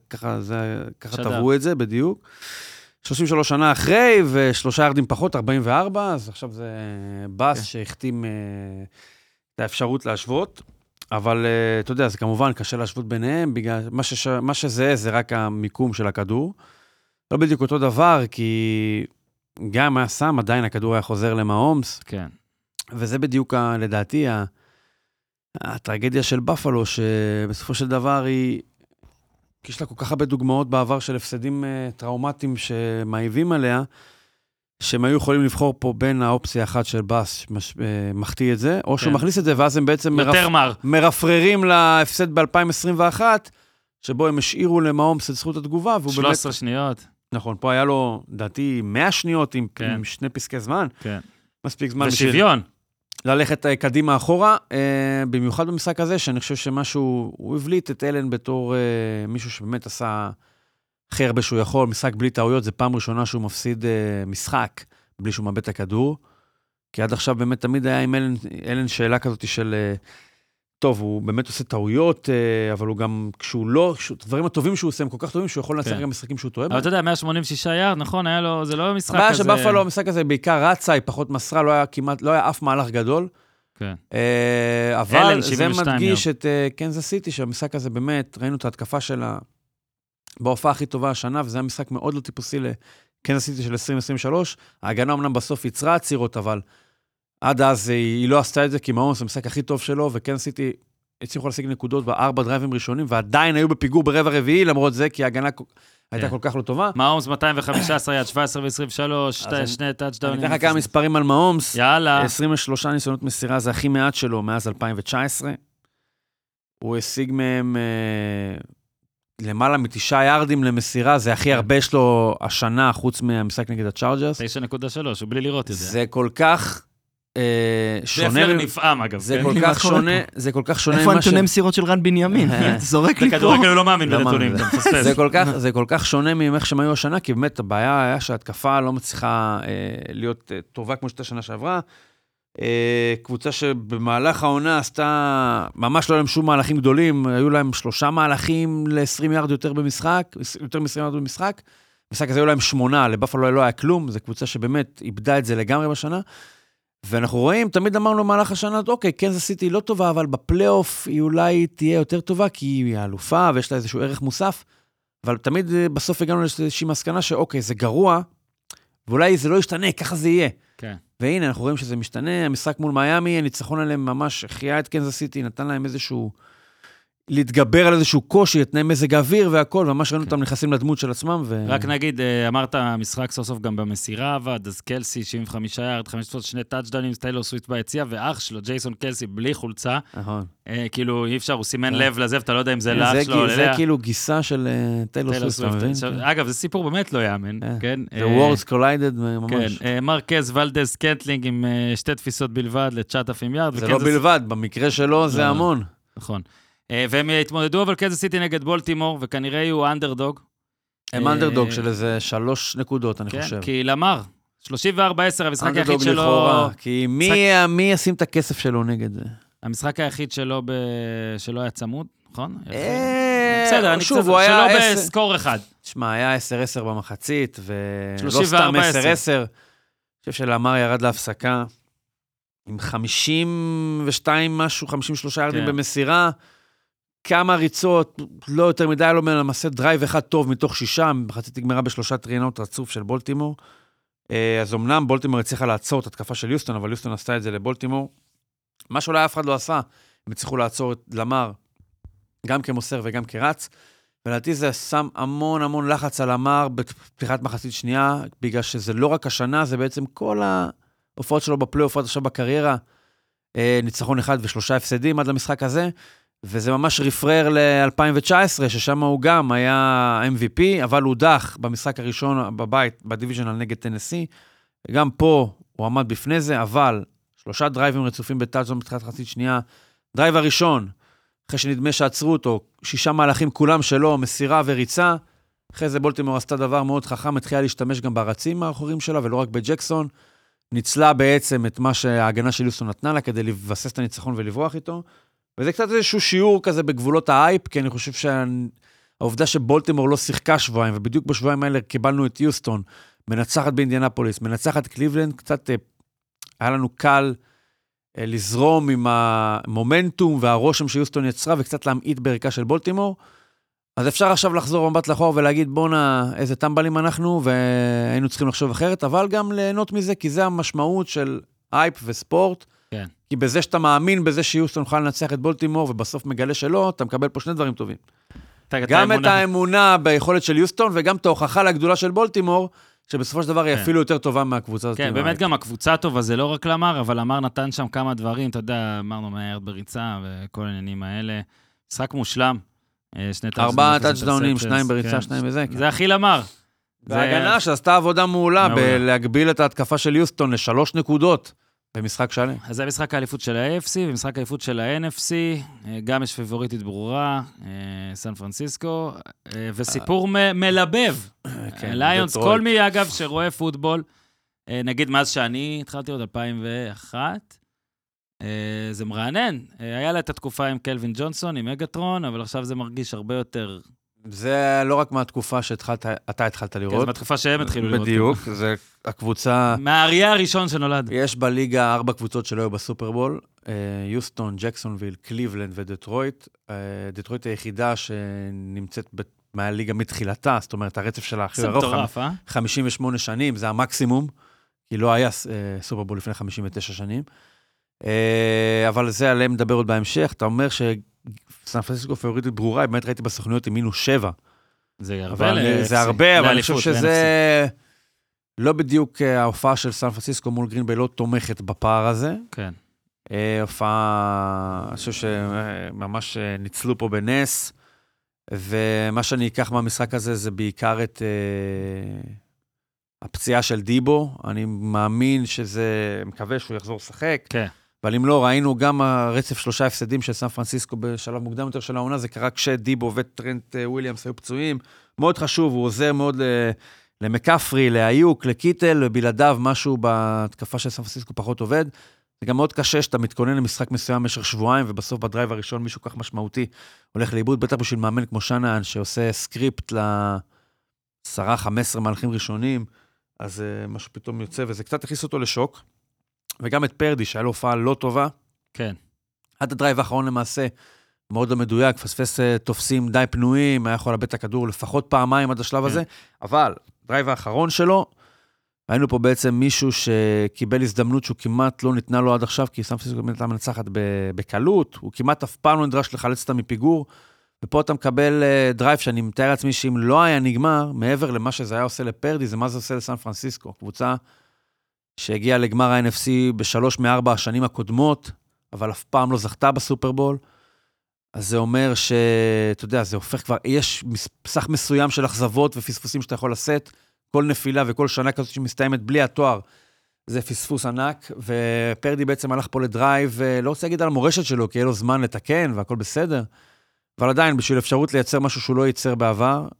ככה תבעו את זה בדיוק. שלושים ושלוש שנה אחרי, ושלושה יארדים פחות, ארבעים וארבע, אז עכשיו זה בס שהחתים את האפשרות להשוות. אבל אתה יודע, זה כמובן קשה להשוות ביניהם, בגלל מה שזה, זה רק המיקום של הכדור. לא בדיוק אותו דבר, כי גם היה שם, עדיין הכדור היה חוזר למהומס.
כן.
וזה בדיוק, לדעתי, הטרגדיה של בפלו, שבסופו של דבר היא, יש לה כל כך הרבה דוגמאות בעבר של הפסדים טראומטיים שמעיבים עליה, שהם היו יכולים לבחור פה בין האופציה אחת של בס, מחטיא את זה, או שהוא מכניס את זה, ואז הם בעצם מרפררים להפסד ב-אלפיים עשרים ואחת, שבו הם השאירו למהומס את זכות התגובה, והוא באמת...
שלוש עשרה שניות.
נכון, פה היה לו, דעתי, מאה שניות עם שני פסקי זמן.
כן.
מספיק זמן.
ושוויון.
ללכת קדימה אחורה, במיוחד במשחק הזה, שאני חושב שמשהו, הוא הבליט את אלן בתור מישהו שבאמת עשה הכי הרבה שהוא יכול, משחק בלי טעויות, זה פעם ראשונה שהוא מפסיד משחק, בלי שהוא מאבד את הכדור, כי עד עכשיו באמת תמיד היה עם אלן, אלן שאלה כזאת של, טוב, הוא באמת עושה טעויות, אבל הוא גם, כשהוא לא, דברים הטובים שהוא עושה, הם כל כך טובים, שהוא יכול לנצח גם משחקים שהוא טועה.
אבל אתה יודע, מאה שמונים ושישה יארד, נכון, היה לו, זה לא משחק
כזה. הבעיה שבפלו, המשחק הזה בעיקר רצה, היא פחות מסרה, לא היה כמעט, לא היה אף מהלך גדול.
כן.
אבל זה מדגיש את קנזס סיטי, שהמשחק הזה באמת, ראינו את ההתקפה שלה בהופעה הכי טובה השנה, וזה היה משחק מאוד לא טיפוסי לקנזס סיטי של עשרים עשרים ושלוש. ההגנה אמנם בסוף יצרה עצירות, אבל עד אז היא לא עשתה את זה, כי מהומס המשחק הכי טוב שלו, וקנזס סיטי הצליחו להשיג נקודות בארבע דרייבים ראשונים, ועדיין היו בפיגור ברבע רביעי, למרות זה, כי ההגנה הייתה כל כך לא טובה.
מהומס מאתיים וחמש עשרה יד שבע עשרה ועשרים ושלוש, שני טאצ'דאונים.
אני אתן לך כמה מספרים על מהומס.
יאללה.
עשרים ושלושה ניסיונות מסירה, זה הכי מעט שלו מאז אלפיים תשע עשרה. הוא השיג מהם למעלה מתשעה יארדים למסירה, זה הכי הרבה שלו השנה, חוץ מהמשחק נגד הצ'ארג'רס.
תשע נקודה שלוש, הוא בלי לראות את זה.
זה כל כך שונה.
זה נפעם, אגב.
זה כל כך שונה, זה כל כך שונה.
איפה הנתוני מסירות של רן בנימין? זורק לי פה.
בכדורגל הוא לא מאמין בנתונים, אתה מפספס.
זה כל כך שונה ממך שהם היו השנה, כי באמת הבעיה היה שההתקפה לא מצליחה להיות טובה כמו שתה שנה שעברה. קבוצה שבמהלך העונה עשתה, ממש לא להם שום מהלכים גדולים, היו להם שלושה מהלכים ל-עשרים יארד יותר במשחק, יותר מ-עשרים יארד במשחק, במשחק הזה היו להם שמונה, לבאפלו לא היה כלום, זו קבוצה שבאמת איבדה את זה לגמרי בשנה, ואנחנו רואים, תמיד אמרנו במהלך השנה, אוקיי, קנזס סיטי לא טובה, אבל בפלייאוף היא אולי תהיה יותר טובה, כי היא אלופה ויש לה איזשהו ערך מוסף, אבל תמיד בסוף הגענו לאיזושהי מסקנה שאוקיי, זה גרוע, ואולי זה לא ישתנה, ככה זה יהיה.
כן.
והנה, אנחנו רואים שזה משתנה, המשחק מול מיאמי, הניצחון עליהם ממש החיה את קנזס סיטי, נתן להם איזשהו, להתגבר על איזשהו קושי, את תנאי מזג האוויר והכל, ממש ראינו אותם נכנסים לדמות של עצמם. ו...
רק נגיד, אמרת, המשחק סוף סוף גם במסירה עבד, אז קלסי, שבעים וחמישה יארד, חמש עשרה, שני טאצ'דאונים, טיילור סוויפט ביציאה, ואח שלו, ג'ייסון קלסי, בלי חולצה.
נכון.
כאילו, אי אפשר, הוא סימן לב לזה, ואתה לא יודע אם זה לאח שלו.
זה כאילו גיסה של טיילור סוויפט.
אגב, זה סיפור באמת לא יאמן, כן?
The worlds collided ממש.
כן, מרקז ולדז קנטלינג עם שתי תפיסות בלבד ל-תשעת אלפים יארד.
זה לא בלבד, במקרה שלו זה המון.
נכון. והם התמודדו אבל קנזס סיטי נגד בולטימור, וכנראה יהיו אנדרדוג.
הם אנדרדוג של איזה שלוש נקודות, אני חושב.
כן, כי למר, שלושים וארבע עשר, המשחק היחיד שלו...
אנדרדוג לכאורה, כי מי ישים את הכסף שלו נגד זה?
המשחק היחיד שלו שלא היה צמוד, נכון?
בסדר, אני קצת... שלא
בסקור אחד.
תשמע, היה עשר עשר במחצית, ולא סתם עשר עשר. אני חושב שלמר ירד להפסקה, עם חמישים ושתיים משהו, חמישים ושלושה ירדים במסירה, כמה ריצות, לא יותר מדי, לא מנסה דרייב אחד טוב מתוך שישה, מחצית נגמרה בשלושה טרינות רצוף של בולטימור. אז אמנם בולטימור הצליחה לעצור את התקפה של יוסטון, אבל יוסטון עשתה את זה לבולטימור. מה שאולי אף אחד לא עשה, הם הצליחו לעצור את למר, גם כמוסר וגם כרץ, ולדעתי זה שם המון המון לחץ על למר בפתיחת מחצית שנייה, בגלל שזה לא רק השנה, זה בעצם כל ההופעות שלו בפלייאוף עד עכשיו בקריירה, ניצחון אחד ושלושה הפסדים עד למשחק הזה, וזה ממש רפרר ל-אלפיים תשע עשרה, ששם הוא גם היה אם וי פי, אבל הוא דח במשחק הראשון בבית, בדיוויז'נל נגד טנסי. גם פה הוא עמד בפני זה, אבל שלושה דרייבים רצופים בטאצ'דאון בתחילת חצי שנייה. דרייב הראשון, אחרי שנדמה שעצרו אותו, שישה מהלכים כולם שלו, מסירה וריצה. אחרי זה בולטימור עשתה דבר מאוד חכם, התחילה להשתמש גם ברצים האחורים שלה, ולא רק בג'קסון. ניצלה בעצם את מה שההגנה של יוסטון נתנה לה, כדי לבסס את הניצחון ולברוח איתו. וזה קצת איזשהו שיעור כזה בגבולות האייפ, כי אני חושב שהעובדה שבולטימור לא שיחקה שבועיים, ובדיוק בשבועיים האלה קיבלנו את יוסטון, מנצחת באינדיאנפוליס, מנצחת קליבלנד, קצת היה לנו קל לזרום עם המומנטום והרושם שיוסטון יצרה, וקצת להמעיט בערכה של בולטימור. אז אפשר עכשיו לחזור מבט לאחור ולהגיד, בונה, איזה טמבלים אנחנו, והיינו צריכים לחשוב אחרת, אבל גם ליהנות מזה, כי זה המשמעות של אייפ וספורט,
כן.
כי בזה שאתה מאמין, בזה שיוסטון יוכל לנצח את בולטימור, ובסוף מגלה שלא, אתה מקבל פה שני דברים טובים. גם את האמונה ביכולת של יוסטון, וגם את ההוכחה לגדולה של בולטימור, שבסופו של דבר היא אפילו יותר טובה מהקבוצה הזאת.
כן, באמת גם הקבוצה טובה, זה לא רק למר, אבל למר נתן שם כמה דברים, אתה יודע, אמרנו מהירד בריצה, וכל העניינים האלה. משחק מושלם.
ארבעה טאצ'דאונים, שניים בריצה, שניים בזה.
זה הכי למר.
וההגנה שעשתה עבודה מעולה, בלהגביל את ההתקפה של יוסטון לשלוש נקודות. במשחק שלם.
אז זה משחק האליפות של ה-איי אף סי, ומשחק האליפות של ה-אן אף סי, גם יש פיבוריטית ברורה, סן פרנסיסקו, וסיפור מלבב. ליונס, כל מי, אגב, שרואה פוטבול, נגיד מאז שאני התחלתי עוד אלפיים ואחת, זה מרענן. היה לה את התקופה עם קלווין ג'ונסון, עם מגטרון, אבל עכשיו זה מרגיש הרבה יותר...
זה לא רק מהתקופה שאתה התחלת לראות. כן,
זה מהתקופה שהם התחילו לראות.
בדיוק, זה הקבוצה...
מהאריה הראשון שנולד.
יש בליגה ארבע קבוצות שלא היו בסופרבול, יוסטון, ג'קסונוויל, קליבלנד ודטרויט. דטרויט היחידה שנמצאת מהליגה מתחילתה, זאת אומרת, הרצף שלה הכי ארוך. זה מטורף, אה? חמישים ושמונה שנים, זה המקסימום, כי לא היה סופרבול לפני חמישים ותשע שנים. אבל זה עליהם מדבר עוד בהמשך. אתה אומר ש... סן פרנסיסקו פיבוריטית ברורה, באמת ראיתי בסוכנויות עם מינוס שבע.
זה הרבה.
זה הרבה, אבל אני חושב שזה לא בדיוק ההופעה של סן פרנסיסקו מול גרין ביי לא תומכת בפער הזה.
כן.
הופעה, אני חושב שממש ניצלו פה בנס, ומה שאני אקח מהמשחק הזה זה בעיקר את הפציעה של דיבו. אני מאמין שזה, מקווה שהוא יחזור לשחק.
כן.
אבל אם לא, ראינו גם הרצף שלושה הפסדים של סן פרנסיסקו בשלב מוקדם יותר של העונה, זה קרה כשדיבו וטרנט וויליאמס היו פצועים. מאוד חשוב, הוא עוזר מאוד למקפרי, לאיוק, לקיטל, ובלעדיו משהו בהתקפה של סן פרנסיסקו פחות עובד. זה גם מאוד קשה שאתה מתכונן למשחק מסוים במשך שבועיים, ובסוף בדרייב הראשון מישהו כך משמעותי הולך לאיבוד, בטח בשביל מאמן כמו שנהן, שעושה סקריפט ל-עשרה חמש עשרה מהלכים ראשונים, אז משהו פתאום יוצא, וזה קצת הכניס אותו לשוק. וגם את פרדי, שהיה לו הופעה לא טובה.
כן.
עד הדרייב האחרון למעשה, מאוד לא מדויק, פספס תופסים די פנויים, היה יכול לבית הכדור לפחות פעמיים עד השלב הזה, אבל דרייב האחרון שלו, היינו פה בעצם מישהו שקיבל הזדמנות שהוא כמעט לא ניתנה לו עד עכשיו, כי סן פרנסיסקו הייתה מנצחת בקלות, הוא כמעט אף פעם לא נדרש לחלץ אותה מפיגור, ופה אתה מקבל דרייב שאני מתאר לעצמי שאם לא היה נגמר, מעבר למה שזה היה עושה לפרדי, זה מה זה עושה לסן פרנסיסקו, קבוצה שהגיעה לגמר ה-אן אף סי בשלוש מארבע השנים הקודמות, אבל אף פעם לא זכתה בסופרבול, אז זה אומר שאתה יודע, זה הופך כבר, יש סך מסוים של אכזבות ופספוסים שאתה יכול לשאת, כל נפילה וכל שנה כזאת שמסתיימת בלי התואר, זה פספוס ענק, ופרדי בעצם הלך פה לדרייב, לא רוצה להגיד על המורשת שלו, כי יהיה לו זמן לתקן והכל בסדר, אבל עדיין בשביל אפשרות לייצר משהו שהוא לא ייצר בעבר,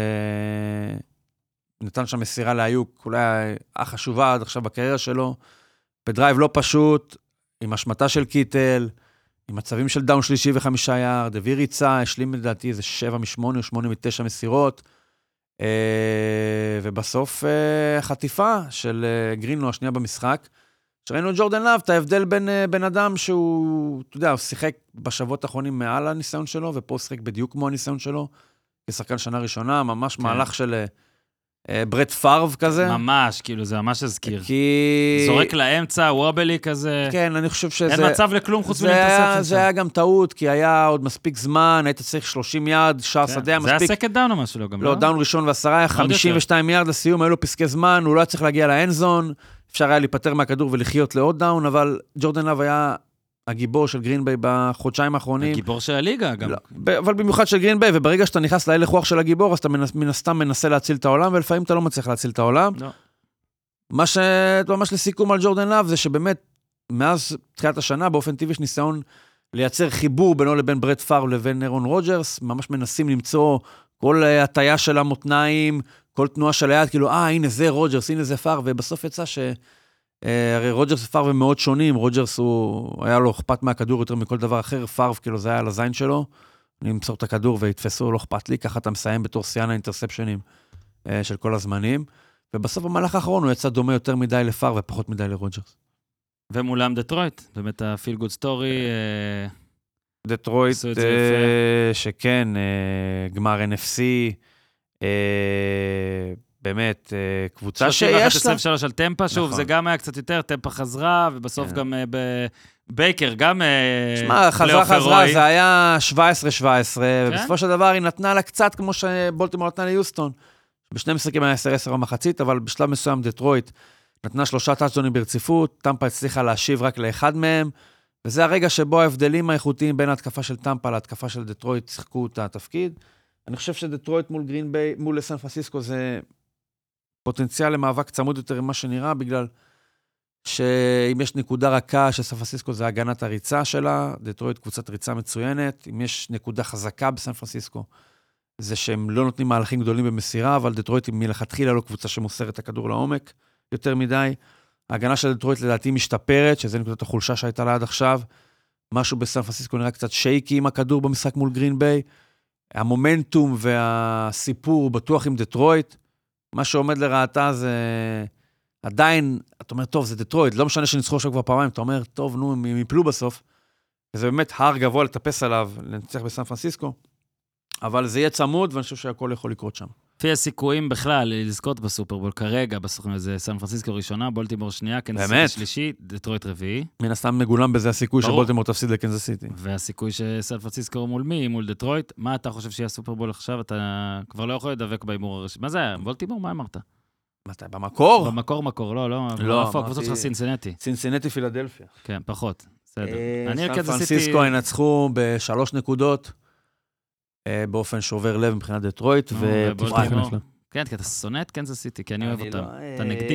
ונתן שם מסירה להיוק, אולי החשובה עד עכשיו בקריירה שלו, בדרייב לא פשוט, עם השמטה של קיטל, עם מצבים של דאון שלישי וחמישה יארד, הביא ריצה, השלים לדעתי איזה שבע משמונה או שמונה מתשע מסירות, ובסוף חטיפה של גרינלו השנייה במשחק, שראינו את ג'ורדן לאב, את ההבדל בין בן אדם שהוא, אתה יודע, הוא שיחק בשבועות האחרונים מעל הניסיון שלו, ופה הוא שיחק בדיוק כמו הניסיון שלו, כשחקן שנה ראשונה, ממש כן. מהלך של ברט פארב כזה.
ממש, כאילו זה ממש הזכיר.
כי...
זורק לאמצע, וובלי כזה.
כן, אני חושב שזה...
אין מצב לכלום חוץ מלהתאסף.
זה היה גם טעות, כי היה עוד מספיק זמן, היית צריך שלושים יארד, שער
כן.
שדה,
מספיק...
מספיק...
זה היה סקנד דאון או משהו, גם
לא?
לא,
דאון ראשון ועשרה, היה חמישים ושתיים יארד לסיום, היו לו פסקי זמן, הוא לא היה צריך להגיע לאנזון, אפשר היה להיפטר מהכדור ולחיות לעוד דאון, אבל ג'ורדן לאב היה הגיבור של גרין ביי בחודשיים האחרונים.
הגיבור של הליגה גם.
לא, אבל במיוחד של גרין ביי, וברגע שאתה נכנס להלך רוח של הגיבור, אז אתה מן הסתם מנסה להציל את העולם, ולפעמים אתה לא מצליח להציל את העולם.
לא.
מה ש... ממש לסיכום על ג'ורדן לאב, זה שבאמת, מאז תחילת השנה, באופן טבעי יש ניסיון לייצר חיבור בינו לבין ברט פארב לבין אירון רוג'רס, ממש מנסים למצוא כל הטיה של המותניים, כל תנועה של היד, כאילו, אה, הנה זה רוג'רס, הנה זה פארב, ובסוף יצא ש... הרי רוג'רס ופארב הם מאוד שונים, רוג'רס הוא, היה לו אכפת מהכדור יותר מכל דבר אחר, פארב כאילו זה היה על הזין שלו, אני אמסור את הכדור ויתפסו, לא אכפת לי, ככה אתה מסיים בתור שיאן האינטרספשנים של כל הזמנים, ובסוף במהלך האחרון הוא יצא דומה יותר מדי לפארב ופחות מדי לרוג'רס.
ומולם דטרויט, באמת הפיל גוד סטורי.
דטרויט, שכן, גמר אן אף סי, באמת, קבוצה שיש לה...
שלושים ואחת עשרים ושלוש על טמפה, שוב, זה גם היה קצת יותר, טמפה חזרה, ובסוף גם בבייקר, גם...
שמע, חזרה חזרה, זה היה שבע עשרה שבע עשרה, ובסופו של דבר היא נתנה לה קצת, כמו שבולטימור נתנה ליוסטון. בשני משחקים היה עשר עשר במחצית, אבל בשלב מסוים דטרויט נתנה שלושה טאצ'דאונים ברציפות, טמפה הצליחה להשיב רק לאחד מהם, וזה הרגע שבו ההבדלים האיכותיים בין ההתקפה של טמפה להתקפה של דטרויט שיחקו את התפקיד. אני חושב שדטרויט מול גרין ביי, מול סן פרנסיסקו זה פוטנציאל למאבק צמוד יותר ממה שנראה, בגלל שאם יש נקודה רכה של סן פרנסיסקו זה הגנת הריצה שלה, דטרויט קבוצת ריצה מצוינת, אם יש נקודה חזקה בסן פרנסיסקו, זה שהם לא נותנים מהלכים גדולים במסירה, אבל דטרויט היא מלכתחילה לא קבוצה שמוסרת את הכדור לעומק יותר מדי. ההגנה של דטרויט לדעתי משתפרת, שזה נקודת החולשה שהייתה לה עד עכשיו, משהו בסן פרנסיסקו נראה קצת שייקי עם הכדור במשחק מול גרין ביי, המומנטום והסיפור בטוח עם דטרויט, מה שעומד לרעתה זה עדיין, אתה אומר, טוב, זה דטרויט, לא משנה שניצחו עכשיו כבר פעמיים, אתה אומר, טוב, נו, הם יפלו בסוף, זה באמת הר גבוה לטפס עליו, לנצח בסן פרנסיסקו, אבל זה יהיה צמוד, ואני חושב שהכל יכול לקרות שם.
לפי הסיכויים בכלל, לזכות בסופרבול, כרגע בסוכנות, זה סן פרנסיסקו ראשונה, בולטימור שנייה, קנזס סיטי שלישי, דטרויט רביעי.
מן הסתם מגולם בזה הסיכוי שבולטימור תפסיד לקנזס סיטי.
והסיכוי שסן פרנסיסקו מול מי? מול דטרויט. מה אתה חושב שיהיה סופרבול עכשיו? אתה כבר לא יכול לדבק בהימור הראשי. מה זה היה? בולטימור? מה אמרת?
מתי? במקור?
במקור מקור, לא, לא.
לא,
איפה הקבוצות שלך? סינסינטי.
סינסינטי פילדלפיה.
כן, פחות. בסדר.
סן פרנסיסקו ינצחו בשלוש נקודות. באופן שעובר לב מבחינת דטרויט,
כן, כי אתה שונא את קנזס סיטי, כי אני אוהב אותם. אתה נגדי.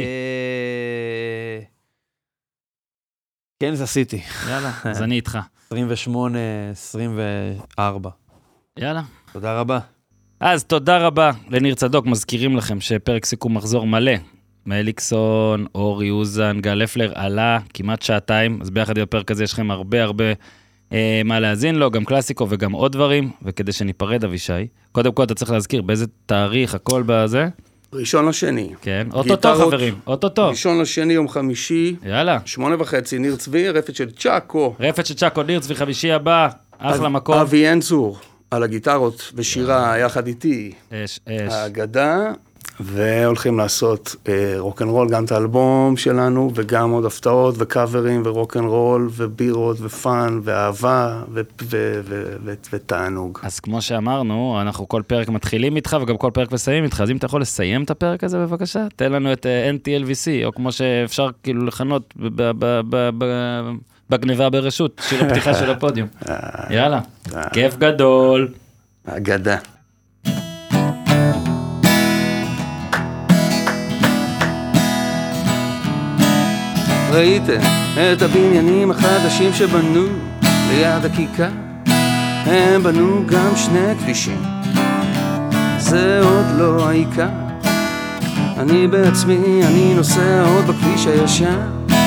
קנזס סיטי.
יאללה, אז אני איתך.
עשרים ושמונה עשרים וארבע.
יאללה.
תודה רבה.
אז תודה רבה לניר צדוק, מזכירים לכם שפרק סיכום מחזור מלא מליקסון, אורי אוזן, גל אפלר, עלה כמעט שעתיים, אז ביחד עם הפרק הזה יש לכם הרבה הרבה אה, מה להזין לו, גם קלאסיקו וגם עוד דברים, וכדי שניפרד אבישי, קודם כל אתה צריך להזכיר באיזה תאריך, הכל בזה.
ראשון לשני.
כן, אוטוטו חברים, אוטוטו.
ראשון לשני, יום חמישי.
יאללה.
שמונה וחצי, ניר צבי, רפת של צ'אקו.
רפת של צ'אקו, ניר צבי, חמישי הבא, אחלה מקום.
אבי אנצור, על הגיטרות ושירה יחד איתי.
אש, אש.
האגדה, והולכים לעשות אה, רוק'נ'רול, גם את האלבום שלנו, וגם עוד הפתעות וקאברים ורוק'נ'רול ובירות ופאן ואהבה ו- ו- ו- ו- ותענוג.
אז כמו שאמרנו, אנחנו כל פרק מתחילים איתך וגם כל פרק מסיימים איתך, אז אם אתה יכול לסיים את הפרק הזה בבקשה, תן לנו את אן טי אל וי סי, או כמו שאפשר כאילו לכנות ב- ב- ב- ב- בגניבה ברשות, שיר הפתיחה של הפודיום. יאללה, כיף גדול.
האגדה. ראיתם את הבניינים החדשים שבנו ליד הכיכר, הם בנו גם שני כבישים, זה עוד לא העיקר. אני בעצמי, אני נוסע עוד בכביש הישן,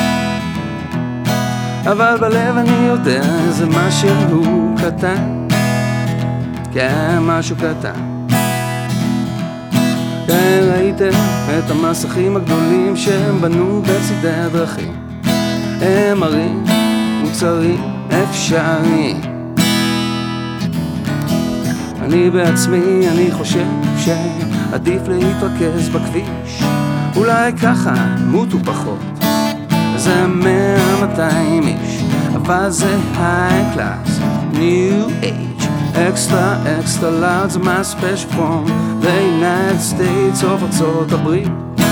אבל בלב אני יודע זה משהו קטן, כן, משהו קטן. כן, ראיתם את המסכים הגדולים שהם בנו בצדי הדרכים, הם מראים מוצרים אפשריים. אני בעצמי, אני חושב שעדיף להתרכז בכביש, אולי ככה מותו פחות, זה מאה מאתיים איש, אבל זה high class, new age, extra extra large, my special from the United States of ארצות הברית.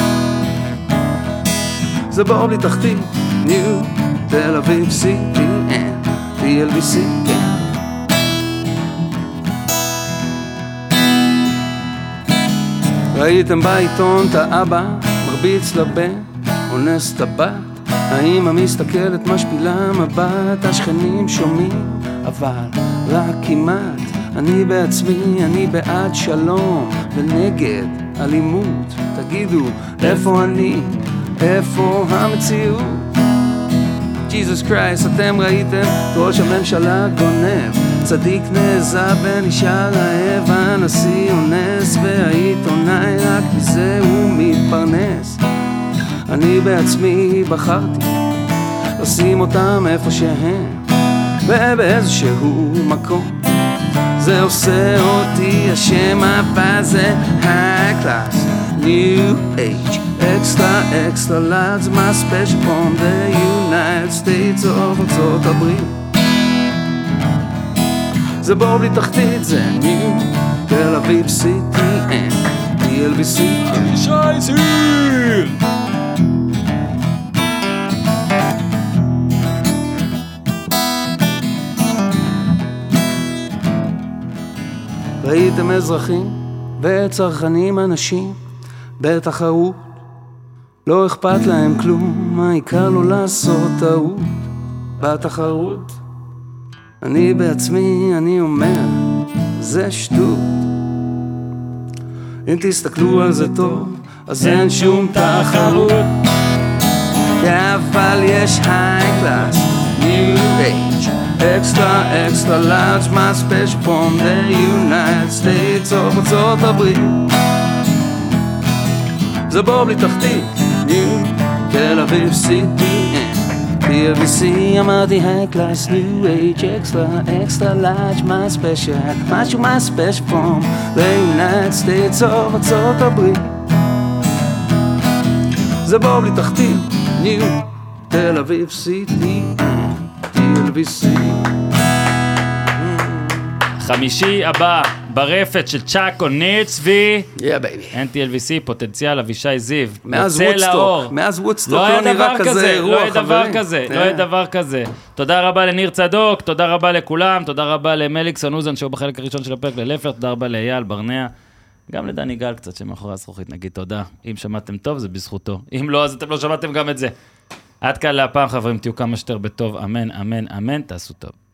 זה בור בלי תחתית, ניו תל אביב סי טי אן, טי אל וי סי, כן. ראיתם בעיתון את האבא מרביץ לבן, אונס את הבת, האמא מסתכלת משפילה מבט, השכנים שומעים אבל רק כמעט. אני בעצמי, אני בעד שלום ונגד אלימות, תגידו איפה אני, איפה המציאות? ג'יזוס קרייסט, אתם ראיתם ראש הממשלה גונב, צדיק נעזב ונשאר רעב, הנשיא אונס והעיתונאי רק מזה הוא מתפרנס. אני בעצמי בחרתי לשים אותם איפה שהם, ובאיזשהו מקום זה עושה אותי השם, אבל זה high class, new age, extra extra large, my special from the United States of ארצות הברית. זה בור בלי תחתית, זה new תל אביב סי טי אן, טי אל וי סי, אבישי זיו. ראיתם אזרחים וצרכנים אנשים בתחרות, לא אכפת להם כלום, העיקר לא לעשות טעות בתחרות. אני בעצמי, אני אומר, זה שטות. אם תסתכלו על זה טוב, אז אין שום תחרות, אבל יש high class, new age, extra extra large, my special from the United States of ארצות הברית. זה בור בלי תחתית, new תל אביב סי טי אן, טי אל וי סי, אמרתי high class, new age, extra extra large, my special, משהו my special from the United States of ארצות הברית. זה בור בלי תחתית, new תל אביב סי טי אן, טי אל וי סי.
חמישי הבא, ברפת של צ'אקו, ניר צבי,
Yeah, baby.
אן טי אל וי סי, פוטנציאל, אבישי זיו,
מאז
יוצא לאור.
וודסטוק, מאז וודסטוק
לא היה
לא נראה
דבר
כזה
כזה,
אירוע,
לא היה דבר
חברים.
כזה, לא
אה.
היה דבר כזה. תודה רבה לניר צדוק, תודה רבה לכולם, תודה רבה למליקסון אוזן, שהוא בחלק הראשון של הפרק, ללפר, תודה רבה לאייל ברנע, גם לדני גל קצת, שמאחורי הזכוכית, נגיד תודה. אם שמעתם טוב, זה בזכותו. אם לא, אז אתם לא שמעתם גם את זה. עד כאן להפעם, חברים, תהיו כמה שיותר בטוב, אמן, אמן, אמן, תעשו טוב.